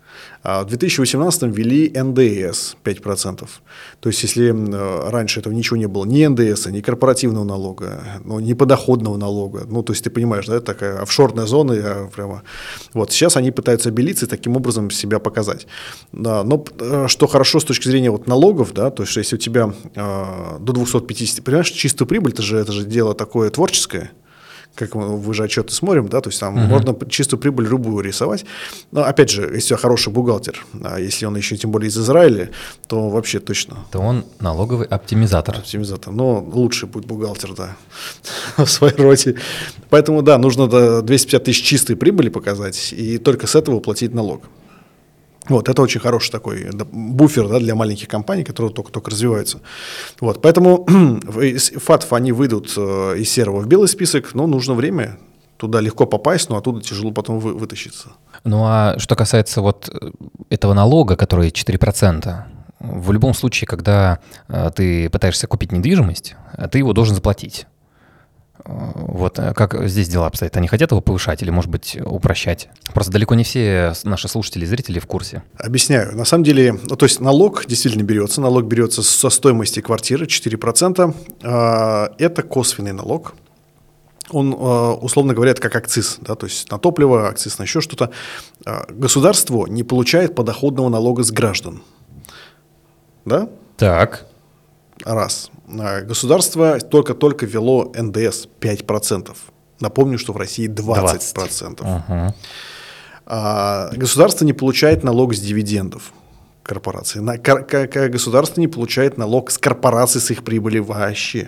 В две тысячи восемнадцатом ввели эн дэ эс пять процентов. То есть, если раньше этого ничего не было, ни эн дэ эс, ни корпоративного налога, ну, ни подоходного налога, ну, то есть, ты понимаешь, да, это такая офшорная зона, прямо. Вот, сейчас они пытаются обелиться и таким образом себя показать. Да, но что хорошо с точки зрения вот налогов, да, то есть, если у тебя э, до двухсот пятидесяти, понимаешь, чистую прибыль, это же, это же дело такое творческое. Как мы, вы же отчеты смотрим, да, то есть там uh-huh. можно чистую прибыль любую рисовать. Но опять же, если у тебя хороший бухгалтер, а если он еще тем более из Израиля, то вообще точно. То он налоговый оптимизатор. Оптимизатор, но лучший будет бухгалтер, да, в своей роте. Поэтому, да, нужно двести пятьдесят тысяч чистой прибыли показать и только с этого платить налог. Вот, это очень хороший такой буфер, да, для маленьких компаний, которые только-только развиваются. Вот, поэтому из ФАТФ они выйдут из серого в белый список, но нужно время. Туда легко попасть, но оттуда тяжело потом вы, вытащиться. Ну а что касается вот этого налога, который четыре процента, в любом случае, когда ты пытаешься купить недвижимость, ты его должен заплатить. Вот как здесь дела обстоят? Они хотят его повышать или, может быть, упрощать? Просто далеко не все наши слушатели и зрители в курсе. Объясняю. На самом деле, ну, то есть налог действительно берется. Налог берется со стоимости квартиры четыре процента. Это косвенный налог. Он, условно говоря, это как акциз, да, то есть на топливо, акциз на еще что-то. Государство не получает подоходного налога с граждан. Да? Так. Раз. Государство только-только ввело эн дэ эс пять процентов. Напомню, что в России двадцать процентов. Угу. А государство не получает налог с дивидендов корпорации. На, к, к, государство не получает налог с корпораций, с их прибыли вообще.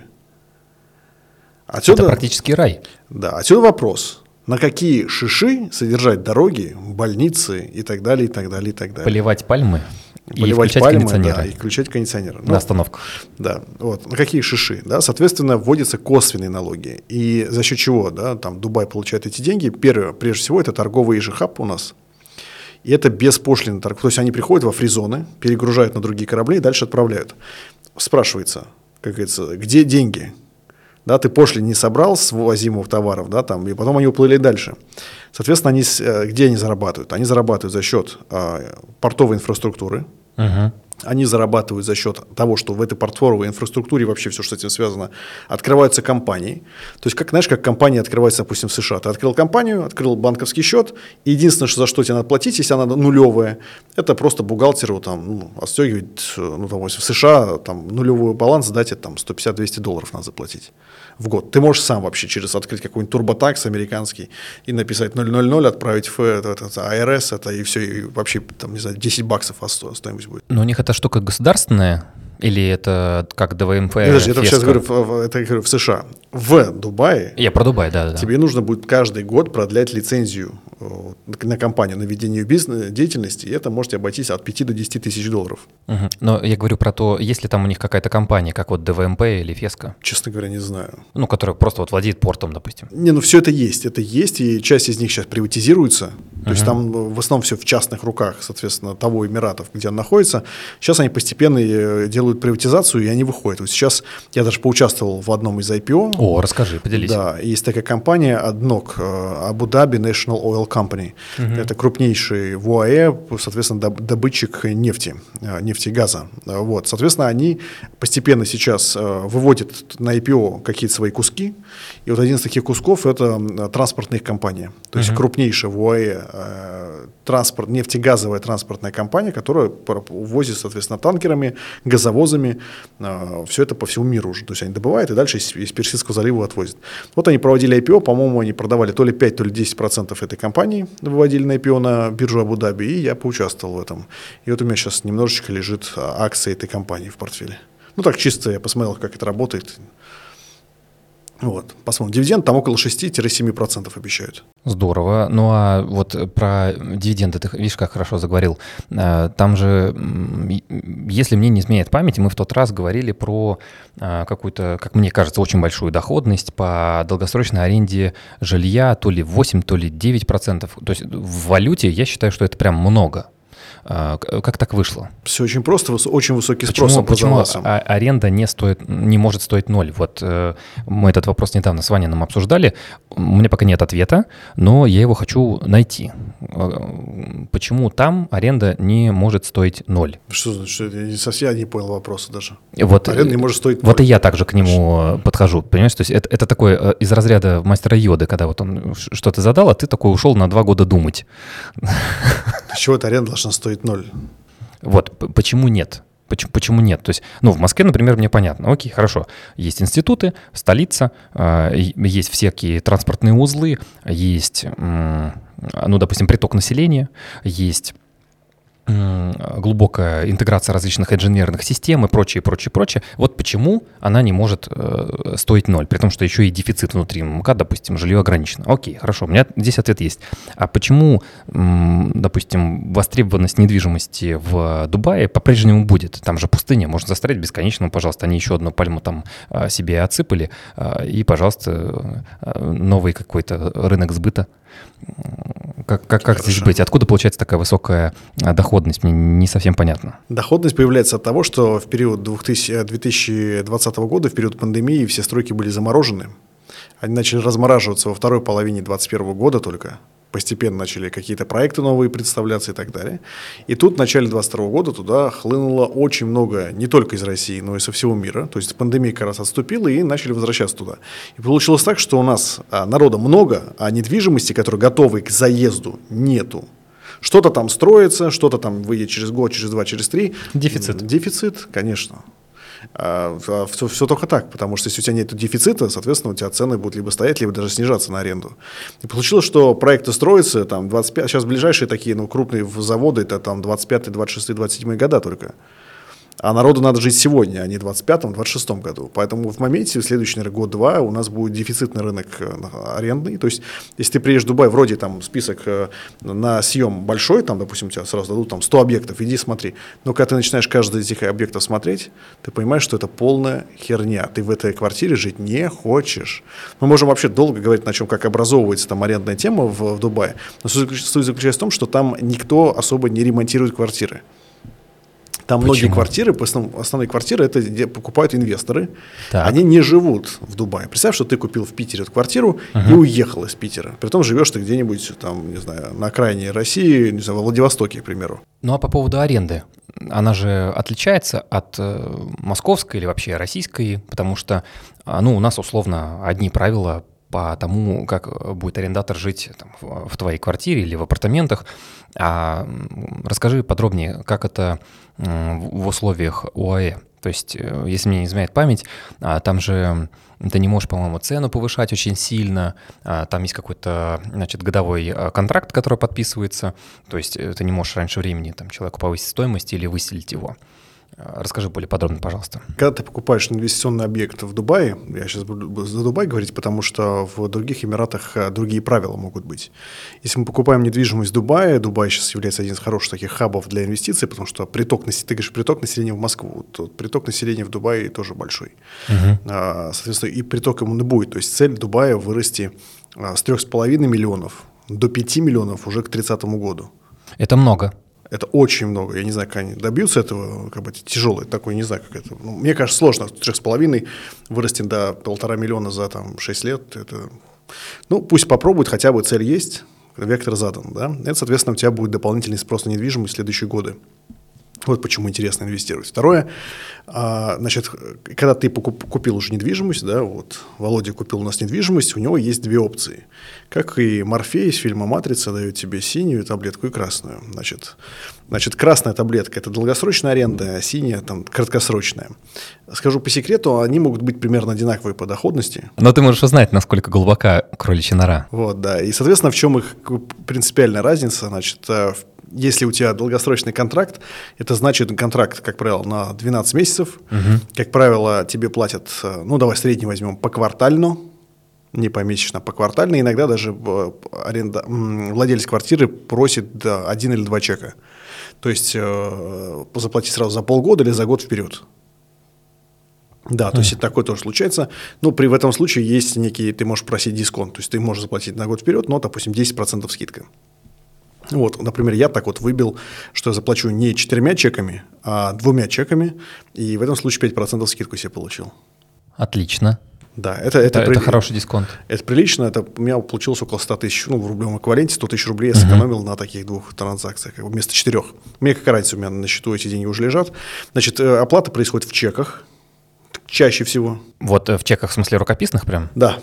Отсюда, это практически рай. Да, отсюда вопрос. На какие шиши содержать дороги, больницы и так далее, и так далее, и так далее. Поливать пальмы Поливать и включать пальмы, кондиционеры. Да, и включать кондиционеры. На ну, остановках. Да, вот. На какие шиши? Да? Соответственно, вводятся косвенные налоги. И за счет чего, да, там Дубай получает эти деньги? Первое, прежде всего, это торговый ижихаб у нас. И это беспошлинный торг. То есть они приходят во фри-зоны, перегружают на другие корабли и дальше отправляют. Спрашивается, как говорится, где деньги? Да, ты пошлин не собрал с ввозимых товаров, да, там, и потом они уплыли дальше. Соответственно, они, где они зарабатывают? Они зарабатывают за счет а, портовой инфраструктуры, угу. Они зарабатывают за счет того, что в этой портфолиовой инфраструктуре вообще все, что с этим связано, открываются компании. То есть, как, знаешь, как компания открывается, допустим, в США. Ты открыл компанию, открыл банковский счет, и единственное, что, за что тебе надо платить, если она нулевая, это просто бухгалтеру там, ну, отстегивать, ну, там, в США там, нулевой баланс дать, это там, сто пятьдесят - двести долларов надо заплатить в год. Ты можешь сам вообще через открыть какой-нибудь турботакс американский и написать ноль ноль ноль, отправить в этот, этот, эй ар эс, это, и все, и вообще, там, не знаю, десять баксов стоимость будет. Но у них эта штука государственная? Или это как дэ вэ эм пэ? Подожди, это сейчас говорю, в, это я говорю в США. В Дубае Я про Дубай, да, да. тебе нужно будет каждый год продлять лицензию на компанию, на ведение бизнес-деятельности, и это можете обойтись от пяти до десяти тысяч долларов. Угу. Но я говорю про то, есть ли там у них какая-то компания, как вот дэ вэ эм пэ или Феска? Честно говоря, не знаю. Ну, которая просто вот владеет портом, допустим. Не, ну все это есть, это есть, и часть из них сейчас приватизируется. То uh-huh. есть там в основном все в частных руках, соответственно, того Эмиратов, где он находится. Сейчас они постепенно делают приватизацию, и они выходят. Вот сейчас я даже поучаствовал в одном из ай пи о. О, расскажи, поделись. Да, есть такая компания АДНОК, Abu Dhabi National Oil Company. Uh-huh. Это крупнейший в ОАЭ, соответственно, добытчик нефти, нефти и газа. Вот, соответственно, они постепенно сейчас выводят на ай пи о какие-то свои куски. И вот один из таких кусков – это транспортная компания. То есть uh-huh. крупнейшая в ОАЭ транспорт, нефтегазовая транспортная компания, которая возит, соответственно, танкерами, газовозами, все это по всему миру уже. То есть они добывают и дальше из, из Персидского залива отвозят. Вот они проводили ай пи о, по-моему, они продавали то ли пять, то ли десять процентов этой компании, выводили на ай пи о на биржу Абу-Даби, и я поучаствовал в этом. И вот у меня сейчас немножечко лежит акции этой компании в портфеле. Ну так чисто я посмотрел, как это работает. Вот, посмотрим. Дивиденд там около шесть-семь процентов обещают. Здорово. Ну а вот про дивиденды ты, видишь, как хорошо заговорил. Там же, если мне не изменяет память, мы в тот раз говорили про какую-то, как мне кажется, очень большую доходность по долгосрочной аренде жилья, то ли восемь, то ли девять процентов. То есть в валюте я считаю, что это прям много. Как так вышло? Все очень просто, очень высокий спрос почему, образовался. Почему аренда не, стоит, не может стоить ноль? Вот э, мы этот вопрос недавно с Ваниным обсуждали. У меня пока нет ответа, но я его хочу найти. Почему там аренда не может стоить ноль? Что значит? Я не совсем не понял вопроса даже. Вот, аренда не может стоить ноль. Вот и я также к нему подхожу, понимаешь? То есть это, это такое из разряда мастера Йоды, когда вот он что-то задал, а ты такой ушел на два года думать. С чего эта аренда должна стоить ноль? Вот, почему нет? Почему, почему нет? То есть, ну, в Москве, например, мне понятно. Окей, хорошо. Есть институты, столица, э, есть всякие транспортные узлы, есть, э, ну, допустим, приток населения, есть глубокая интеграция различных инженерных систем и прочее, прочее, прочее. Вот почему она не может э, стоить ноль, при том, что еще и дефицит внутри МКАД, допустим, жилье ограничено. Окей, хорошо, у меня здесь ответ есть. А почему, м, допустим, востребованность недвижимости в Дубае по-прежнему будет? Там же пустыня, можно застроить бесконечно, пожалуйста, они еще одну пальму там э, себе отсыпали, э, и, пожалуйста, э, новый какой-то рынок сбыта. Как, как, как здесь быть? Откуда получается такая высокая доходность? Мне не совсем понятно. Доходность появляется от того, что в период две тысячи двадцатого года, в период пандемии, все стройки были заморожены. Они начали размораживаться во второй половине две тысячи двадцать первого года только. Постепенно начали какие-то проекты новые представляться и так далее. И тут в начале две тысячи двадцать второго года туда хлынуло очень много, не только из России, но и со всего мира. То есть пандемия как раз отступила и начали возвращаться туда. И получилось так, что у нас а, народа много, а недвижимости, которая готовы к заезду, нету. Что-то там строится, что-то там выйдет через год, через два, через три. Дефицит. Дефицит, конечно. А, а, все, все только так, потому что если у тебя нет дефицита, соответственно, у тебя цены будут либо стоять, либо даже снижаться на аренду. И получилось, что проекты строятся, там, двадцать пять, сейчас ближайшие такие, ну, крупные заводы, это там двадцать пятый, двадцать шестой, двадцать седьмой года только. А народу надо жить сегодня, а не в двадцать пятом, двадцать шестом году. Поэтому в моменте, в следующий, наверное, год-два у нас будет дефицитный рынок арендный. То есть, если ты приедешь в Дубай, вроде там список на съем большой, там, допустим, тебе сразу дадут там сто объектов, иди смотри. Но когда ты начинаешь каждый из этих объектов смотреть, ты понимаешь, что это полная херня. Ты в этой квартире жить не хочешь. Мы можем вообще долго говорить, на чем, как образовывается там арендная тема в, в Дубае. Но суть заключается в том, что там никто особо не ремонтирует квартиры. Там Почему? Многие квартиры, основ, основные квартиры, это где покупают инвесторы, так. Они не живут в Дубае. Представь, что ты купил в Питере эту квартиру uh-huh. и уехал из Питера. Притом живешь ты где-нибудь там, не знаю, на окраине России, не знаю, во Владивостоке, к примеру. Ну а по поводу аренды, она же отличается от э, московской или вообще российской, потому что, ну, у нас условно одни правила по тому, как будет арендатор жить там, в, в твоей квартире или в апартаментах. А расскажи подробнее, как это в условиях ОАЭ. То есть, если мне не изменяет память, там же ты не можешь, по-моему, цену повышать очень сильно, там есть какой-то, значит, годовой контракт, который подписывается, то есть ты не можешь раньше времени там, человеку повысить стоимость или выселить его. Расскажи более подробно, пожалуйста. Когда ты покупаешь инвестиционный объект в Дубае, я сейчас буду за Дубай говорить, потому что в других Эмиратах другие правила могут быть. Если мы покупаем недвижимость в Дубае, Дубай сейчас является одним из хороших таких хабов для инвестиций, потому что приток, ты говоришь, приток населения в Москву, то приток населения в Дубае тоже большой. Угу. Соответственно, и приток ему не будет. То есть цель Дубая вырасти с трех с половиной миллионов до пяти миллионов уже к тридцатому году. Это много. Это очень много. Я не знаю, как они добьются этого, как бы тяжелое такое, не знаю, как это. Ну, мне кажется, сложно. Трех с половиной вырасти до полтора миллиона за там, шесть лет. Это... Ну, пусть попробуют, хотя бы цель есть, вектор задан. Да? Это, соответственно, у тебя будет дополнительный спрос на недвижимость в следующие годы. Вот почему интересно инвестировать. Второе, а, значит, когда ты покуп, купил уже недвижимость, да, вот Володя купил у нас недвижимость, у него есть две опции. Как и Морфей из фильма «Матрица» дает тебе синюю таблетку и красную. Значит, значит, красная таблетка – это долгосрочная аренда, а синяя – там, краткосрочная. Скажу по секрету, они могут быть примерно одинаковые по доходности. Но ты можешь узнать, насколько глубока кроличья нора. Вот, да. И, соответственно, в чем их принципиальная разница? Значит, в Если у тебя долгосрочный контракт, это значит контракт, как правило, на двенадцать месяцев. Угу. Как правило, тебе платят, ну, давай средний возьмем, поквартально, не помесячно, поквартально. Иногда даже аренда, владелец квартиры просит один или два чека. То есть заплатить сразу за полгода или за год вперед. Да, то есть это такое тоже случается. Но при в этом случае есть некий, ты можешь просить дисконт. То есть ты можешь заплатить на год вперед, но, допустим, десять процентов скидка. Вот, например, я так вот выбил, что я заплачу не четырьмя чеками, а двумя чеками, и в этом случае пять процентов скидку себе получил. Отлично. Да, это, это, это, при... это хороший дисконт. Это прилично, это у меня получилось около ста тысяч, ну, в рублевом эквиваленте сто тысяч рублей я сэкономил uh-huh. на таких двух транзакциях, вместо четырех. Мне какая разница, у меня на счету эти деньги уже лежат. Значит, оплата происходит в чеках, чаще всего. Вот в чеках, в смысле рукописных прям? Да.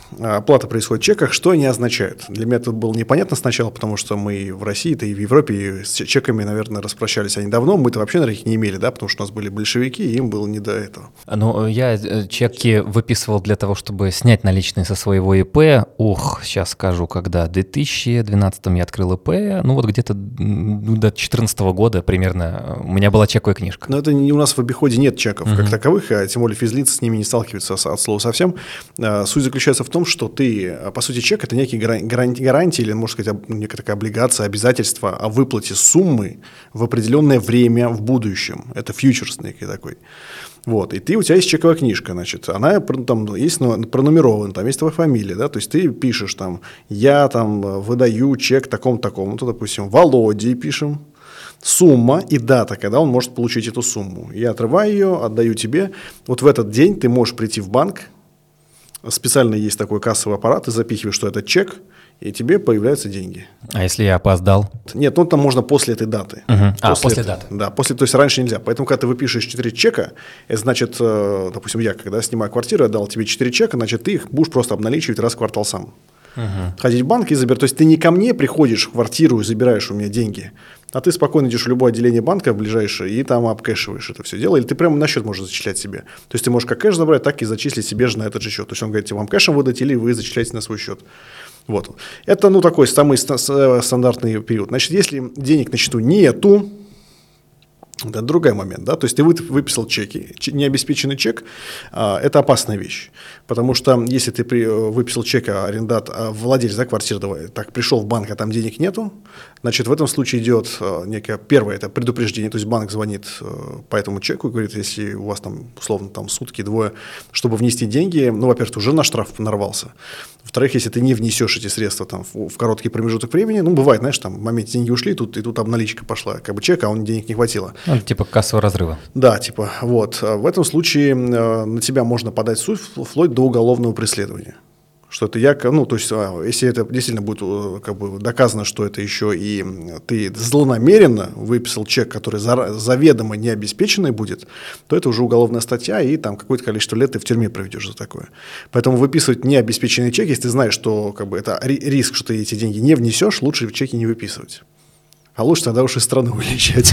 оплата происходит в чеках, что они означают? Для меня это было непонятно сначала, потому что мы в России, да и в Европе и с чеками, наверное, распрощались они давно. Мы-то вообще, наверное, их не имели, да, потому что у нас были большевики, и им было не до этого. Ну, я чеки выписывал для того, чтобы снять наличные со своего ИП. Ох, сейчас скажу, когда. В две тысячи двенадцатом я открыл ИП, ну вот где-то до две тысячи четырнадцатого года примерно у меня была чековая книжка. Но это не у нас в обиходе нет чеков uh-huh. как таковых, а тем более физлицы с ними не сталкиваются от слова совсем. Суть заключается в том, что ты, по сути, чек – это некие гарантии или, можно сказать, некая такая облигация, обязательство о выплате суммы в определенное время в будущем. Это фьючерс некий такой. Вот, и ты, у тебя есть чековая книжка, значит, она там есть пронумерована, там есть твоя фамилия, да, то есть ты пишешь там, я там выдаю чек такому-такому, то, допустим, Володе пишем, сумма и дата, когда он может получить эту сумму. Я отрываю ее, отдаю тебе. Вот в этот день ты можешь прийти в банк, специально есть такой кассовый аппарат, ты запихиваешь, что это чек, и тебе появляются деньги. А если я опоздал? Нет, ну там можно после этой даты. Угу. После а, после этой, даты. Да, после, то есть раньше нельзя. Поэтому, когда ты выпишешь четыре чека, это значит, допустим, я, когда снимаю квартиру, я дал тебе четыре чека, значит, ты их будешь просто обналичивать раз в квартал сам. Угу. Ходить в банк и забирать. То есть ты не ко мне приходишь в квартиру и забираешь у меня деньги, а ты спокойно идешь в любое отделение банка ближайшее и там обкэшиваешь это все дело, или ты прямо на счет можешь зачислять себе. То есть ты можешь как кэш забрать, так и зачислить себе же на этот же счет. То есть он говорит, тебе вам кэшем выдать, или вы зачисляете на свой счет. Вот. Это, ну, такой самый стандартный период. Значит, если денег на счету нету, это другой момент, да, то есть ты выписал чеки, необеспеченный чек – это опасная вещь, потому что если ты выписал чек, а арендат, а владелец, да, квартиры, давай, так пришел в банк, а там денег нету, значит, в этом случае идет некое первое – это предупреждение, то есть банк звонит по этому чеку и говорит, если у вас там условно там сутки, двое, чтобы внести деньги, ну, во-первых, ты уже на штраф нарвался, во-вторых, если ты не внесешь эти средства там в короткий промежуток времени, ну, бывает, знаешь, там в моменте деньги ушли, тут, и тут обналичка пошла, как бы чек, а он денег не хватило. Ну, типа кассового разрыва. Да, типа, вот. В этом случае э, на тебя можно подать в суд вплоть до уголовного преследования. Что это я, ну, то есть, если это действительно будет как бы доказано, что это еще и ты злонамеренно выписал чек, который заведомо не обеспеченный будет, то это уже уголовная статья, и там какое-то количество лет ты в тюрьме проведешь за такое. Поэтому выписывать необеспеченный чек, если ты знаешь, что как бы, это риск, что ты эти деньги не внесешь, лучше в чеки не выписывать. А лучше тогда уж из страны уезжать.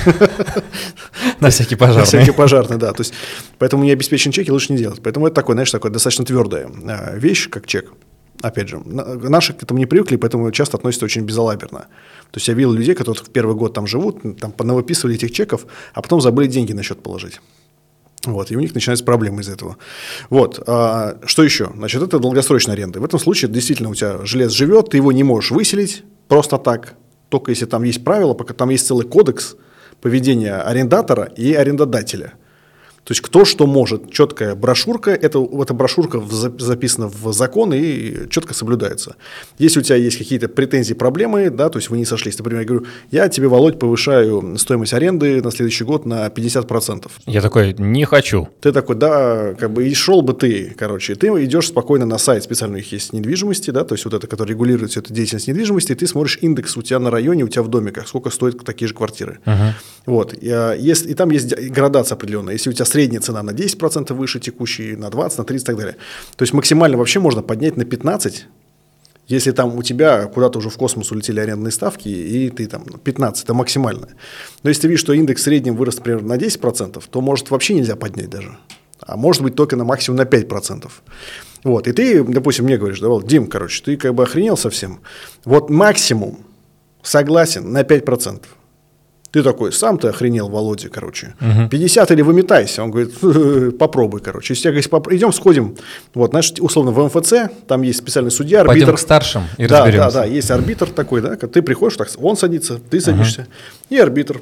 На всякий пожарный. На всякий пожарный, да. То есть, поэтому необеспеченные чеки лучше не делать. Поэтому это такое, знаешь, такое достаточно твердая вещь, как чек. Опять же, наши к этому не привыкли, поэтому часто относятся очень безалаберно. То есть я видел людей, которые в первый год там живут, там понавыписывали этих чеков, а потом забыли деньги на счет положить. Вот, и у них начинаются проблемы из-за этого. Вот, а, что еще? Значит, это долгосрочная аренда. В этом случае действительно у тебя жилец живет, ты его не можешь выселить просто так, только если там есть правила, пока там есть целый кодекс поведения арендатора и арендодателя. То есть кто что может, четкая брошюрка, это, эта брошюрка записана в закон и четко соблюдается. Если у тебя есть какие-то претензии, проблемы, да, то есть вы не сошлись, например, я говорю, я тебе, Володь, повышаю стоимость аренды на следующий год на пятьдесят процентов. Я такой, не хочу. Ты такой, да, как бы и шел бы ты, короче, ты идешь спокойно на сайт, специально у них есть недвижимости, да, то есть вот это, который регулирует всю эту деятельность недвижимости, и ты смотришь индекс у тебя на районе, у тебя в доме, как сколько стоят такие же квартиры. Uh-huh. Вот, и, и, и там есть градация определенная, если у тебя средняя цена на десять процентов выше текущей, на двадцать, на тридцать и так далее. То есть максимально вообще можно поднять на пятнадцать, если там у тебя куда-то уже в космос улетели арендные ставки, и ты там пятнадцать, это максимально. Но если ты видишь, что индекс в среднем вырос, например, на десять процентов, то может вообще нельзя поднять даже. А может быть только на максимум на пять процентов. Вот, и ты, допустим, мне говоришь, да, Дим, короче, ты как бы охренел совсем. Вот максимум согласен на пять процентов. Ты такой, сам ты охренел, Володя, короче. Uh-huh. пятьдесят или выметайся. Он говорит, попробуй, короче. Если я говорю, поп... идем, сходим, вот, знаешь, условно, в эм эф цэ, там есть специальный судья, арбитр. Пойдем к старшим и да, разберемся. Да, да, есть арбитр такой, да, ты приходишь, так, он садится, ты садишься, uh-huh. и арбитр.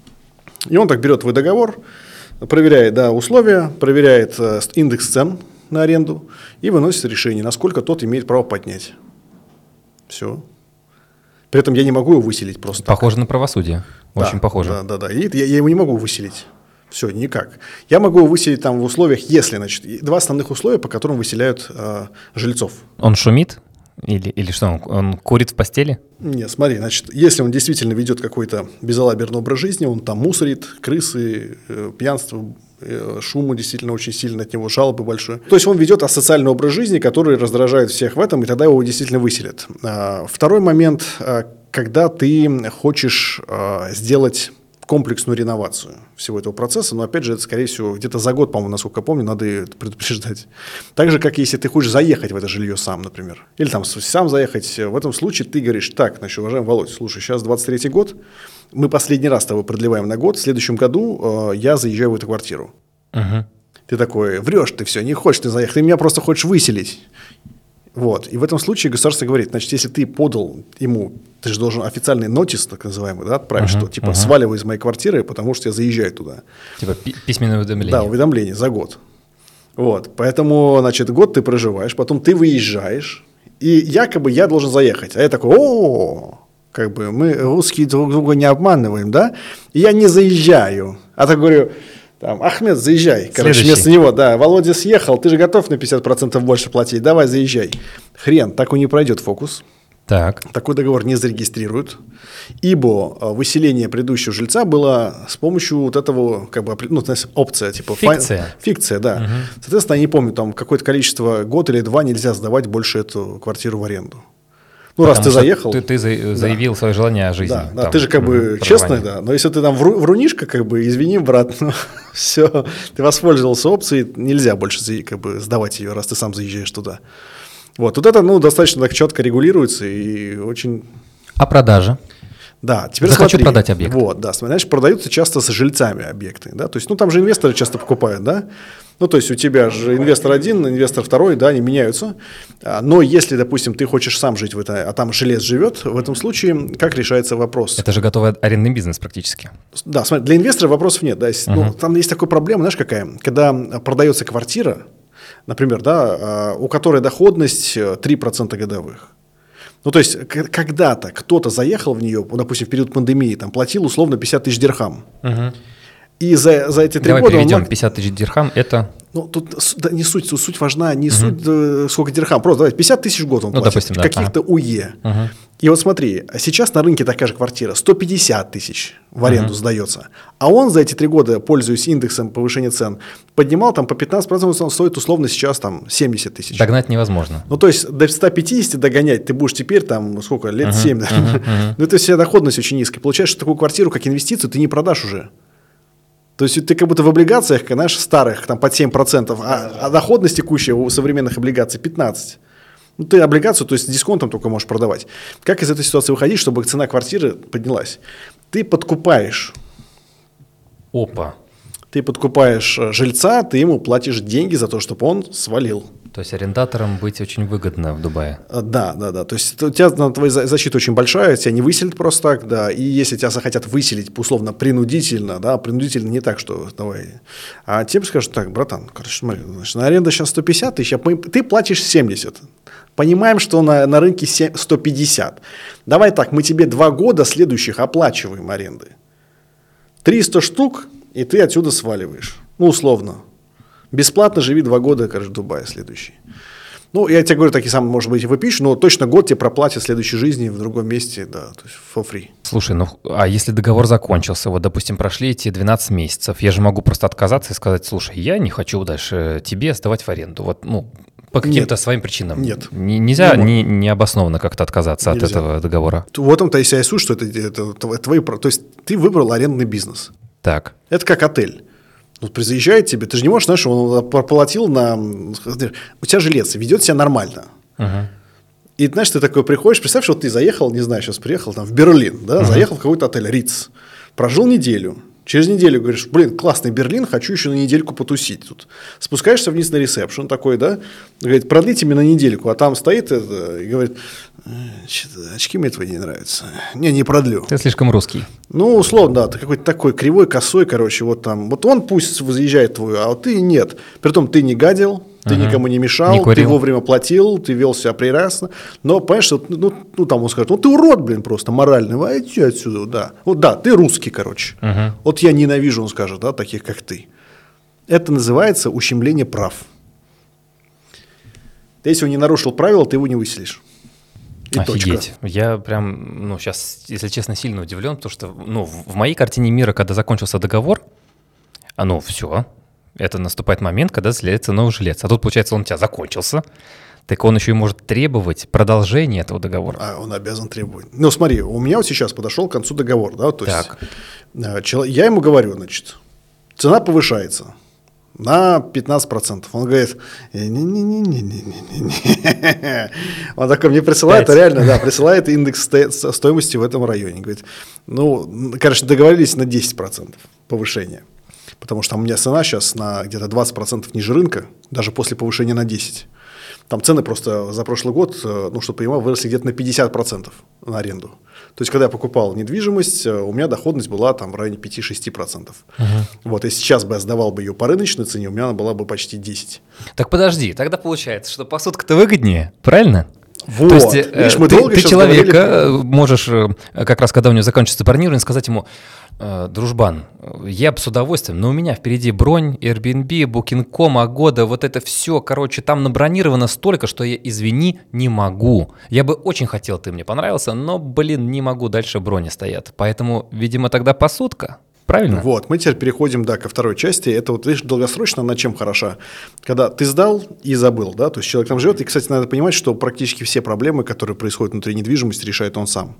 И он так берет твой договор, проверяет, да, условия, проверяет э, индекс цен на аренду и выносит решение, насколько тот имеет право поднять. Все. При этом я не могу его выселить просто. Похоже так. на правосудие. Очень да, похоже. Да, да, да. И я, я его не могу выселить. Все, никак. Я могу его выселить там в условиях, если, значит, два основных условия, по которым выселяют э, жильцов. Он шумит? Или, или что, он, он курит в постели? Нет, смотри, значит, если он действительно ведет какой-то безалаберный образ жизни, он там мусорит, крысы, э, пьянство, шума действительно очень сильно от него, жалобы большие. То есть он ведет асоциальный образ жизни, который раздражает всех в этом, и тогда его действительно выселят. Второй момент, когда ты хочешь сделать комплексную реновацию всего этого процесса, но, опять же, это, скорее всего, где-то за год, по-моему, насколько я помню, надо предупреждать. Так же, как если ты хочешь заехать в это жилье сам, например, или там сам заехать, в этом случае ты говоришь: так, значит, уважаемый Володь, слушай, сейчас двадцать третий год, мы последний раз с тобой продлеваем на год, в следующем году э, я заезжаю в эту квартиру. Uh-huh. Ты такой: врешь ты все, не хочешь ты заехать, ты меня просто хочешь выселить. Вот. И в этом случае государство говорит: значит, если ты подал ему, ты же должен официальный нотис, так называемый, да, отправить, uh-huh, что типа uh-huh. сваливай из моей квартиры, потому что я заезжаю туда. Типа пи- письменное уведомление. Да, уведомление за год. Вот. Поэтому, значит, год ты проживаешь, потом ты выезжаешь, и якобы я должен заехать. А я такой: о, как бы мы русские друг друга не обманываем, да? И я не заезжаю. А так говорю: там, Ахмед, заезжай. Короче, вместо него, да, Володя съехал, ты же готов на пятьдесят процентов больше платить, давай заезжай. Хрен, так он не пройдет фокус. Так. Такой договор не зарегистрируют, ибо выселение предыдущего жильца было с помощью вот этого, как бы, ну, опция, типа… Фикция. Фай, фикция, да. Угу. Соответственно, я не помню, там какое-то количество, год или два нельзя сдавать больше эту квартиру в аренду. Ну, Потому раз ты заехал… Ты, ты заявил да. свое желание о жизни. Да, да там, ты же как бы честный, да. Но если ты там вру, врунишка, как бы, извини, брат, ну, все, ты воспользовался опцией, нельзя больше как бы сдавать ее, раз ты сам заезжаешь туда. Вот, вот это, ну, достаточно так четко регулируется и очень… А продажа? Да, теперь Захочу смотри, продать объект. Вот, да, знаешь, продаются часто с жильцами объекты, да, то есть, ну, там же инвесторы часто покупают, да, ну, то есть, у тебя же инвестор один, инвестор второй, да, они меняются, но если, допустим, ты хочешь сам жить в этой, а там жилец живет, в этом случае как решается вопрос? Это же готовый арендный бизнес практически. Да, смотри, для инвестора вопросов нет, да, есть, uh-huh. ну, там есть такая проблема, знаешь, какая, когда продается квартира, например, да, у которой доходность три процента годовых. Ну, то есть, когда-то кто-то заехал в нее, допустим, в период пандемии, там, платил условно пятьдесят тысяч дирхам. Угу. И за, за эти три Давай года… Давай переведем, он… пятьдесят тысяч дирхам – это… Ну, тут да, не суть, суть важна, не угу. суть, сколько дирхам, просто давай, пятьдесят тысяч в год он ну, платит, допустим, да, каких-то ага. УЕ. Угу. И вот смотри, сейчас на рынке такая же квартира, сто пятьдесят тысяч в аренду угу. сдается, а он за эти три года, пользуясь индексом повышения цен, поднимал там по пятнадцать процентов, он стоит условно сейчас там семьдесят тысяч. Догнать невозможно. Ну, то есть до ста пятидесяти догонять ты будешь теперь там, сколько, лет uh-huh, семь, да? Uh-huh, uh-huh. Ну, это вся доходность очень низкая. Получается, что такую квартиру, как инвестицию, ты не продашь уже. То есть ты как будто в облигациях, знаешь, старых, там под семь процентов, а, а доходность текущая у современных облигаций пятнадцать процентов. Ну, ты облигацию, то есть с дисконтом только можешь продавать. Как из этой ситуации выходить, чтобы цена квартиры поднялась? Ты подкупаешь. Опа. Ты подкупаешь жильца, ты ему платишь деньги за то, чтобы он свалил. То есть арендаторам быть очень выгодно в Дубае. Да, да, да. То есть у тебя твоя защита очень большая, тебя не выселят просто так, да. И если тебя захотят выселить, условно, принудительно, да, принудительно не так, что давай. А тебе скажут: так, братан, короче, смотри, значит, на аренда сейчас сто пятьдесят тысяч, а ты платишь семьдесят. Понимаем, что на, на рынке сто пятьдесят. Давай так, мы тебе два года следующих оплачиваем аренды. триста штук, и ты отсюда сваливаешь. Ну, условно. Бесплатно живи два года, короче, в Дубае следующий. Ну, я тебе говорю, такие самые, может быть, и выпишешь, но точно год тебе проплатят в следующей жизни в другом месте, да, то есть for free. Слушай, ну, а если договор закончился, вот, допустим, прошли эти двенадцать месяцев, я же могу просто отказаться и сказать: слушай, я не хочу дальше тебе сдавать в аренду, вот, ну, по каким-то нет, своим причинам. Нет. Н- нельзя не, необоснованно как-то отказаться нельзя. От этого договора. В этом-то и суть, что это, это, это твои, то есть ты выбрал арендный бизнес. Так. Это как отель. Вот приезжает тебе, ты же не можешь, знаешь, он проплатил на… У тебя жилец ведет себя нормально. Uh-huh. И, знаешь, ты такой приходишь, представь, что ты заехал, не знаю, сейчас приехал там в Берлин, да, uh-huh. заехал в какой-то отель Ritz, прожил неделю. Через неделю говоришь: блин, классный Берлин, хочу еще на недельку потусить тут. Спускаешься вниз на ресепшн такой, да, говорит: продлите мне на недельку, а там стоит это, и говорит: очки мне твои не нравятся. Не, не продлю. Ты слишком русский. Ну, условно, да, ты какой-то такой кривой, косой, короче, вот там. Вот он пусть заезжает твой, а вот ты нет. Притом ты не гадил, ты uh-huh. никому не мешал, не ты вовремя платил, ты вел себя прекрасно. Но, понимаешь, что, ну, ну, там он скажет: ну, ты урод, блин, просто моральный, а иди отсюда, да. Вот да, ты русский, короче. Uh-huh. Вот я ненавижу, он скажет, да, таких, как ты. Это называется ущемление прав. Ты, если он не нарушил правила, ты его не выселишь. И офигеть. Точка. Я прям, ну, сейчас, если честно, сильно удивлен, потому что, ну, в моей картине мира, когда закончился договор, ну, все, Это наступает момент, когда заселяется новый жилец. А тут, получается, он у тебя закончился, так он еще и может требовать продолжения этого договора. А он обязан требовать. Ну, смотри, у меня вот сейчас подошел к концу договор, да, то так. есть я ему говорю, значит, цена повышается на пятнадцать процентов. Он говорит, не-не-не-не-не-не-не. Он такой мне присылает, реально, да, присылает индекс стоимости в этом районе. Говорит, ну, конечно, договорились на десять процентов повышения. Потому что там у меня цена сейчас на где-то двадцать процентов ниже рынка, даже после повышения на десять процентов. Там цены просто за прошлый год, ну, чтобы понимал, выросли где-то на пятьдесят процентов на аренду. То есть, когда я покупал недвижимость, у меня доходность была там в районе пять-шесть процентов. Uh-huh. Вот, и сейчас бы я сдавал бы ее по рыночной цене, у меня она была бы почти десять процентов. Так подожди, тогда получается, что посудка-то выгоднее, правильно? Вот. То есть Видишь, мы ты, долго ты человека говорили... можешь, как раз когда у него заканчивается бронирование, сказать ему: дружбан, я бы с удовольствием, но у меня впереди бронь, Airbnb, букинг точка ком, Agoda, вот это все, короче, там набронировано столько, что я, извини, не могу. Я бы очень хотел, ты мне понравился, но, блин, не могу, дальше брони стоят. Поэтому, видимо, тогда посудка. Правильно? Вот, мы теперь переходим, да, ко второй части. Это вот, видишь, долгосрочно она чем хороша? Когда ты сдал и забыл, да, то есть человек там живет, и, кстати, надо понимать, что практически все проблемы, которые происходят внутри недвижимости, решает он сам.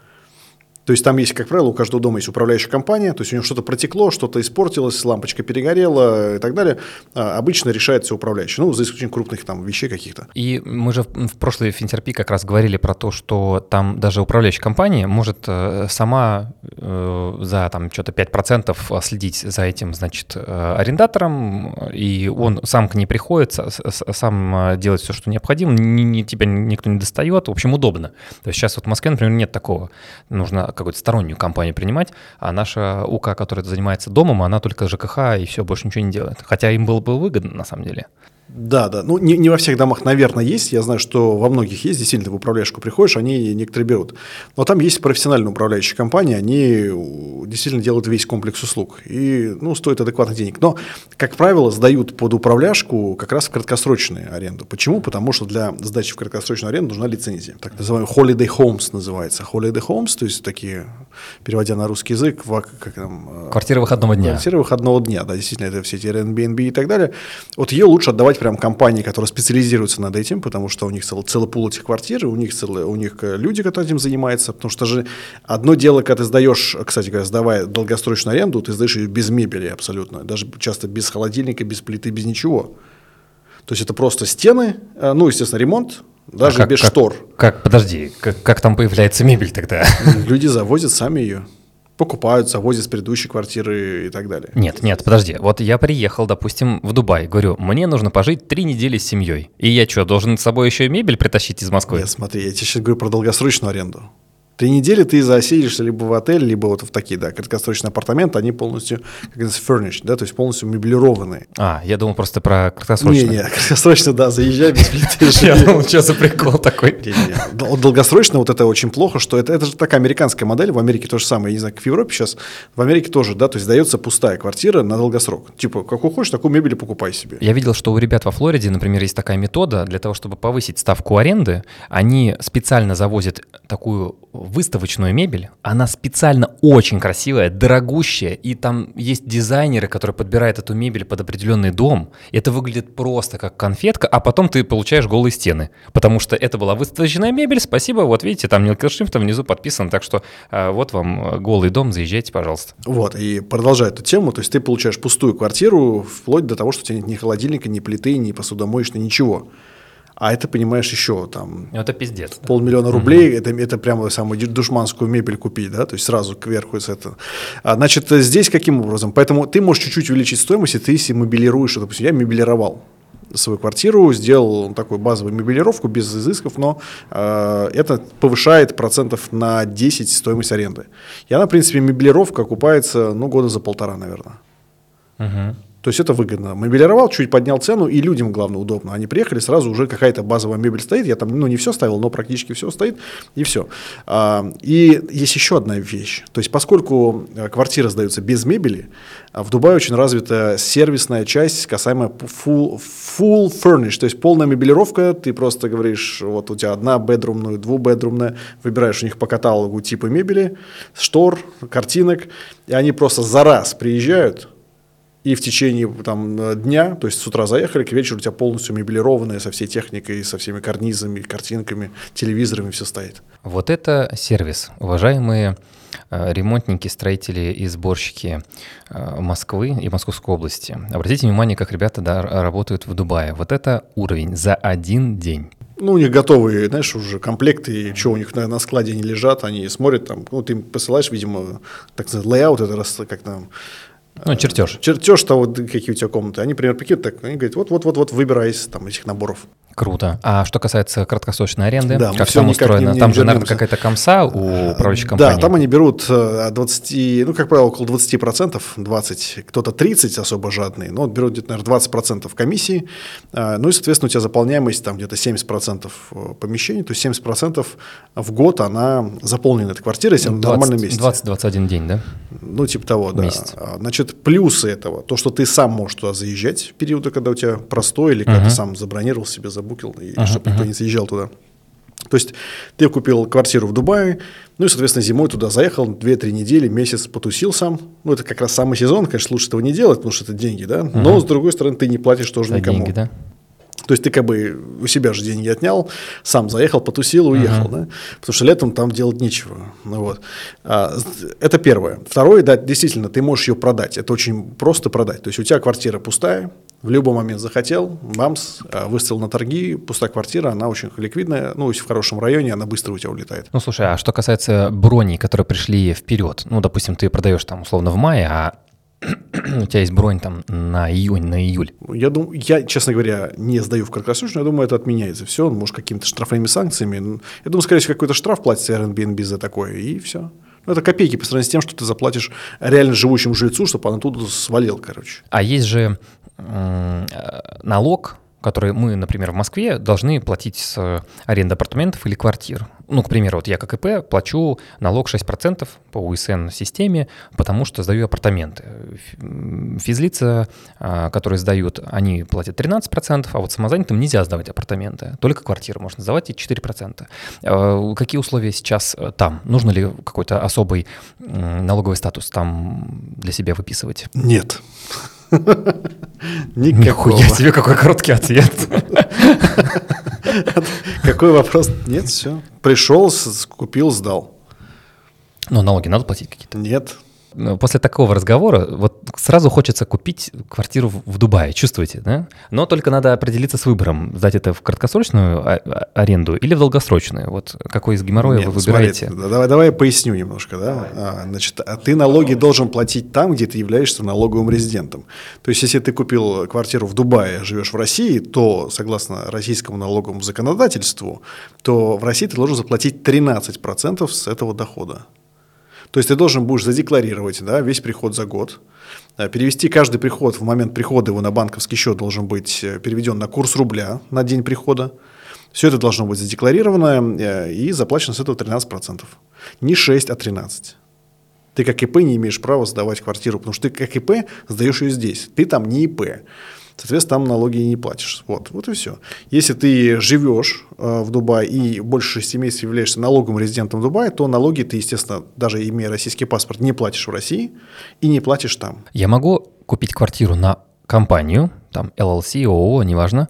То есть там есть, как правило, у каждого дома есть управляющая компания, то есть у него что-то протекло, что-то испортилось, лампочка перегорела и так далее. А обычно решает все управляющий, ну, за исключением крупных там вещей каких-то. И мы же в прошлой Финтерапии как раз говорили про то, что там даже управляющая компания может сама э, за там что-то пять процентов следить за этим, значит, арендатором, и он сам к ней приходит, сам делает все, что необходимо, ни, ни, тебя никто не достает, в общем, удобно. То есть сейчас вот в Москве, например, нет такого. Нужно какую-то стороннюю компанию принимать, а наша УК, которая занимается домом, она только ЖКХ и все, больше ничего не делает. Хотя им было бы выгодно, на самом деле. Да, да. Ну, не, не во всех домах, наверное, есть. Я знаю, что во многих есть. Действительно, в управляющую приходишь, они некоторые берут. Но там есть профессиональные управляющие компании, они действительно делают весь комплекс услуг. И, ну, стоит адекватных денег. Но, как правило, сдают под управляшку как раз в краткосрочную аренду. Почему? Потому что для сдачи в краткосрочную аренду нужна лицензия. Так называемый Holiday Homes называется. Holiday Homes, то есть такие, переводя на русский язык, как там... Квартира выходного дня. Квартира выходного дня, да, действительно, это все эти Airbnb и так далее. Вот ее лучше отдавать прям компании, которые специализируются над этим, потому что у них целый, целый пул этих квартир, у них, целый, у них люди, которые этим занимаются, потому что же одно дело, когда ты сдаешь, кстати говоря, сдавая долгосрочную аренду, ты сдаешь ее без мебели абсолютно, даже часто без холодильника, без плиты, без ничего. То есть это просто стены, ну, естественно, ремонт, даже а как, без как, штор. Как, подожди, как, как там появляется мебель тогда? Люди завозят сами ее. Покупают, завозят с предыдущей квартиры и так далее. Нет, нет, подожди. Вот я приехал, допустим, в Дубай. Говорю, мне нужно пожить три недели с семьей. И я что, должен с собой еще и мебель притащить из Москвы? Нет, смотри, я тебе сейчас говорю про долгосрочную аренду. Три недели ты заселишься либо в отель, либо вот в такие, да, краткосрочные апартаменты, они полностью, как это, furnished, да, то есть полностью меблированные. А, я думал просто про краткосрочные. Не-не, краткосрочно, да, заезжай без плиты. Я думал, что за прикол такой. Долгосрочно вот это очень плохо, что это, это же такая американская модель, в Америке то же самое, я не знаю, как в Европе сейчас, в Америке тоже, да, то есть дается пустая квартира на долгосрок. Типа, какую хочешь, такую мебель покупай себе. Я видел, что у ребят во Флориде, например, есть такая метода, для того, чтобы повысить ставку аренды, они специально завозят такую выставочную мебель, она специально очень красивая, дорогущая, и там есть дизайнеры, которые подбирают эту мебель под определенный дом. Это выглядит просто как конфетка, а потом ты получаешь голые стены, потому что это была выставочная мебель, спасибо, вот видите, там мелким шрифтом внизу подписано, так что а, вот вам голый дом, заезжайте, пожалуйста. Вот, и продолжая эту тему, то есть ты получаешь пустую квартиру вплоть до того, что у тебя нет ни холодильника, ни плиты, ни посудомоечной, ничего. А это, понимаешь, еще там... Это пиздец. Полмиллиона рублей, mm-hmm. это, это прямо самую душманскую мебель купить, да, то есть сразу кверху с этого. А, значит, здесь каким образом? Поэтому ты можешь чуть-чуть увеличить стоимость, и ты если мебелируешь, допустим, я мебелировал свою квартиру, сделал такую базовую мебелировку без изысков, но э, это повышает процентов на десять стоимость аренды. И она, в принципе, мебелировка окупается, ну, года за полтора, наверное. Mm-hmm. То есть это выгодно. Мебелировал, чуть поднял цену, и людям, главное, удобно. Они приехали, сразу уже какая-то базовая мебель стоит. Я там, ну, не все ставил, но практически все стоит, и все. А, и есть еще одна вещь. То есть поскольку квартиры сдаются без мебели, в Дубае очень развита сервисная часть, касаемая full, full furnished, то есть полная мебелировка. Ты просто говоришь, вот у тебя одна бедрумная, двухбедрумная, выбираешь у них по каталогу типы мебели, штор, картинок, и они просто за раз приезжают, и в течение там, дня, то есть с утра заехали, к вечеру у тебя полностью меблированная со всей техникой, со всеми карнизами, картинками, телевизорами все стоит. Вот это сервис, уважаемые ремонтники, строители и сборщики Москвы и Московской области. Обратите внимание, как ребята да, работают в Дубае. Вот это уровень за один день. Ну, у них готовые, знаешь, уже комплекты, и что у них на, на складе они лежат, они смотрят там, ну, ты им посылаешь, видимо, так сказать, лейаут, это раз, как там... Ну, чертеж. Чертеж того, какие у тебя комнаты. Они, например, прикидывают так, они говорят, вот-вот-вот, выбирай из там, этих наборов. Круто. А что касается краткосрочной аренды, да, как там устроено? Не, не там же, наверное, какая-то комса у управляющей компании. Да, там они берут от двадцати, ну, как правило, около двадцати процентов, двадцать, кто-то тридцать особо жадные, но вот берут где-то, наверное, двадцать процентов комиссии, ну и, соответственно, у тебя заполняемость там где-то семьдесят процентов помещений, то есть семьдесят процентов в год она заполнена, эта квартира, если она в нормальном месте. двадцать-двадцать один день, да? Ну, типа того, да. Месяц. Значит, плюсы этого, то, что ты сам можешь туда заезжать в периоды, когда у тебя простой, или когда uh-huh. ты сам забронировал себе, забукил, и uh-huh, чтобы никто uh-huh. не заезжал туда. То есть ты купил квартиру в Дубае, ну и, соответственно, зимой туда заехал, две-три недели, месяц потусил сам. Ну, это как раз самый сезон, конечно, лучше этого не делать, потому что это деньги, да. Uh-huh. Но, с другой стороны, ты не платишь тоже это никому. Деньги, да? То есть ты как бы у себя же деньги отнял, сам заехал, потусил, уехал, uh-huh. да? Потому что летом там делать нечего. Ну, вот. а, это первое. Второе, да, действительно, ты можешь ее продать. Это очень просто продать. То есть у тебя квартира пустая, в любой момент захотел, бамс, выставил на торги, пустая квартира, она очень ликвидная, ну, если в хорошем районе, она быстро у тебя улетает. Ну, слушай, а что касается броней, которые пришли вперед, ну, допустим, ты продаешь там условно в мае, а у тебя есть бронь там на июнь, на июль. Я, думаю, я, честно говоря, не сдаю в краткосрочную, я думаю, это отменяется все, может, какими-то штрафными санкциями. Я думаю, скорее всего, какой-то штраф платится Airbnb за такое, и все. Ну, это копейки по сравнению с тем, что ты заплатишь реально живущему жильцу, чтобы он оттуда свалил, короче. А есть же м- налог, который мы, например, в Москве должны платить с аренды апартаментов или квартир. Ну, к примеру, вот я как ИП плачу налог шесть процентов по У Эс Эн-системе, потому что сдаю апартаменты. Физлица, которые сдают, они платят тринадцать процентов, а вот самозанятым нельзя сдавать апартаменты. Только квартиры можно сдавать и четыре процента. Какие условия сейчас там? Нужно ли какой-то особый налоговый статус там для себя выписывать? Нет. Никакого. Нихуя себе, какой короткий ответ. Какой вопрос? Нет, все. Пришел, купил, сдал. Но налоги надо платить какие-то? Нет. После такого разговора вот сразу хочется купить квартиру в Дубае, чувствуете, да? Но только надо определиться с выбором, сдать это в краткосрочную аренду или в долгосрочную. Вот какой из геморроя Нет, вы выбираете? Смотри, давай, давай я поясню немножко. Да? А, значит, а ты налоги должен платить там, где ты являешься налоговым резидентом. То есть, если ты купил квартиру в Дубае, живешь в России, то, согласно российскому налоговому законодательству, то в России ты должен заплатить тринадцать процентов с этого дохода. То есть ты должен будешь задекларировать, да, весь приход за год, перевести каждый приход, в момент прихода его на банковский счет должен быть переведен на курс рубля на день прихода. Все это должно быть задекларировано и заплачено с этого тринадцать процентов. Не шесть, а тринадцать. Ты как ИП не имеешь права сдавать квартиру, потому что ты как ИП сдаешь ее здесь. Ты там не ИП. Соответственно, там налоги не платишь. Вот, вот и все. Если ты живешь э, в Дубае и больше шести месяцев являешься налоговым резидентом Дубая, то налоги ты, естественно, даже имея российский паспорт, не платишь в России и не платишь там. Я могу купить квартиру на компанию, там эл эл си, ООО, неважно,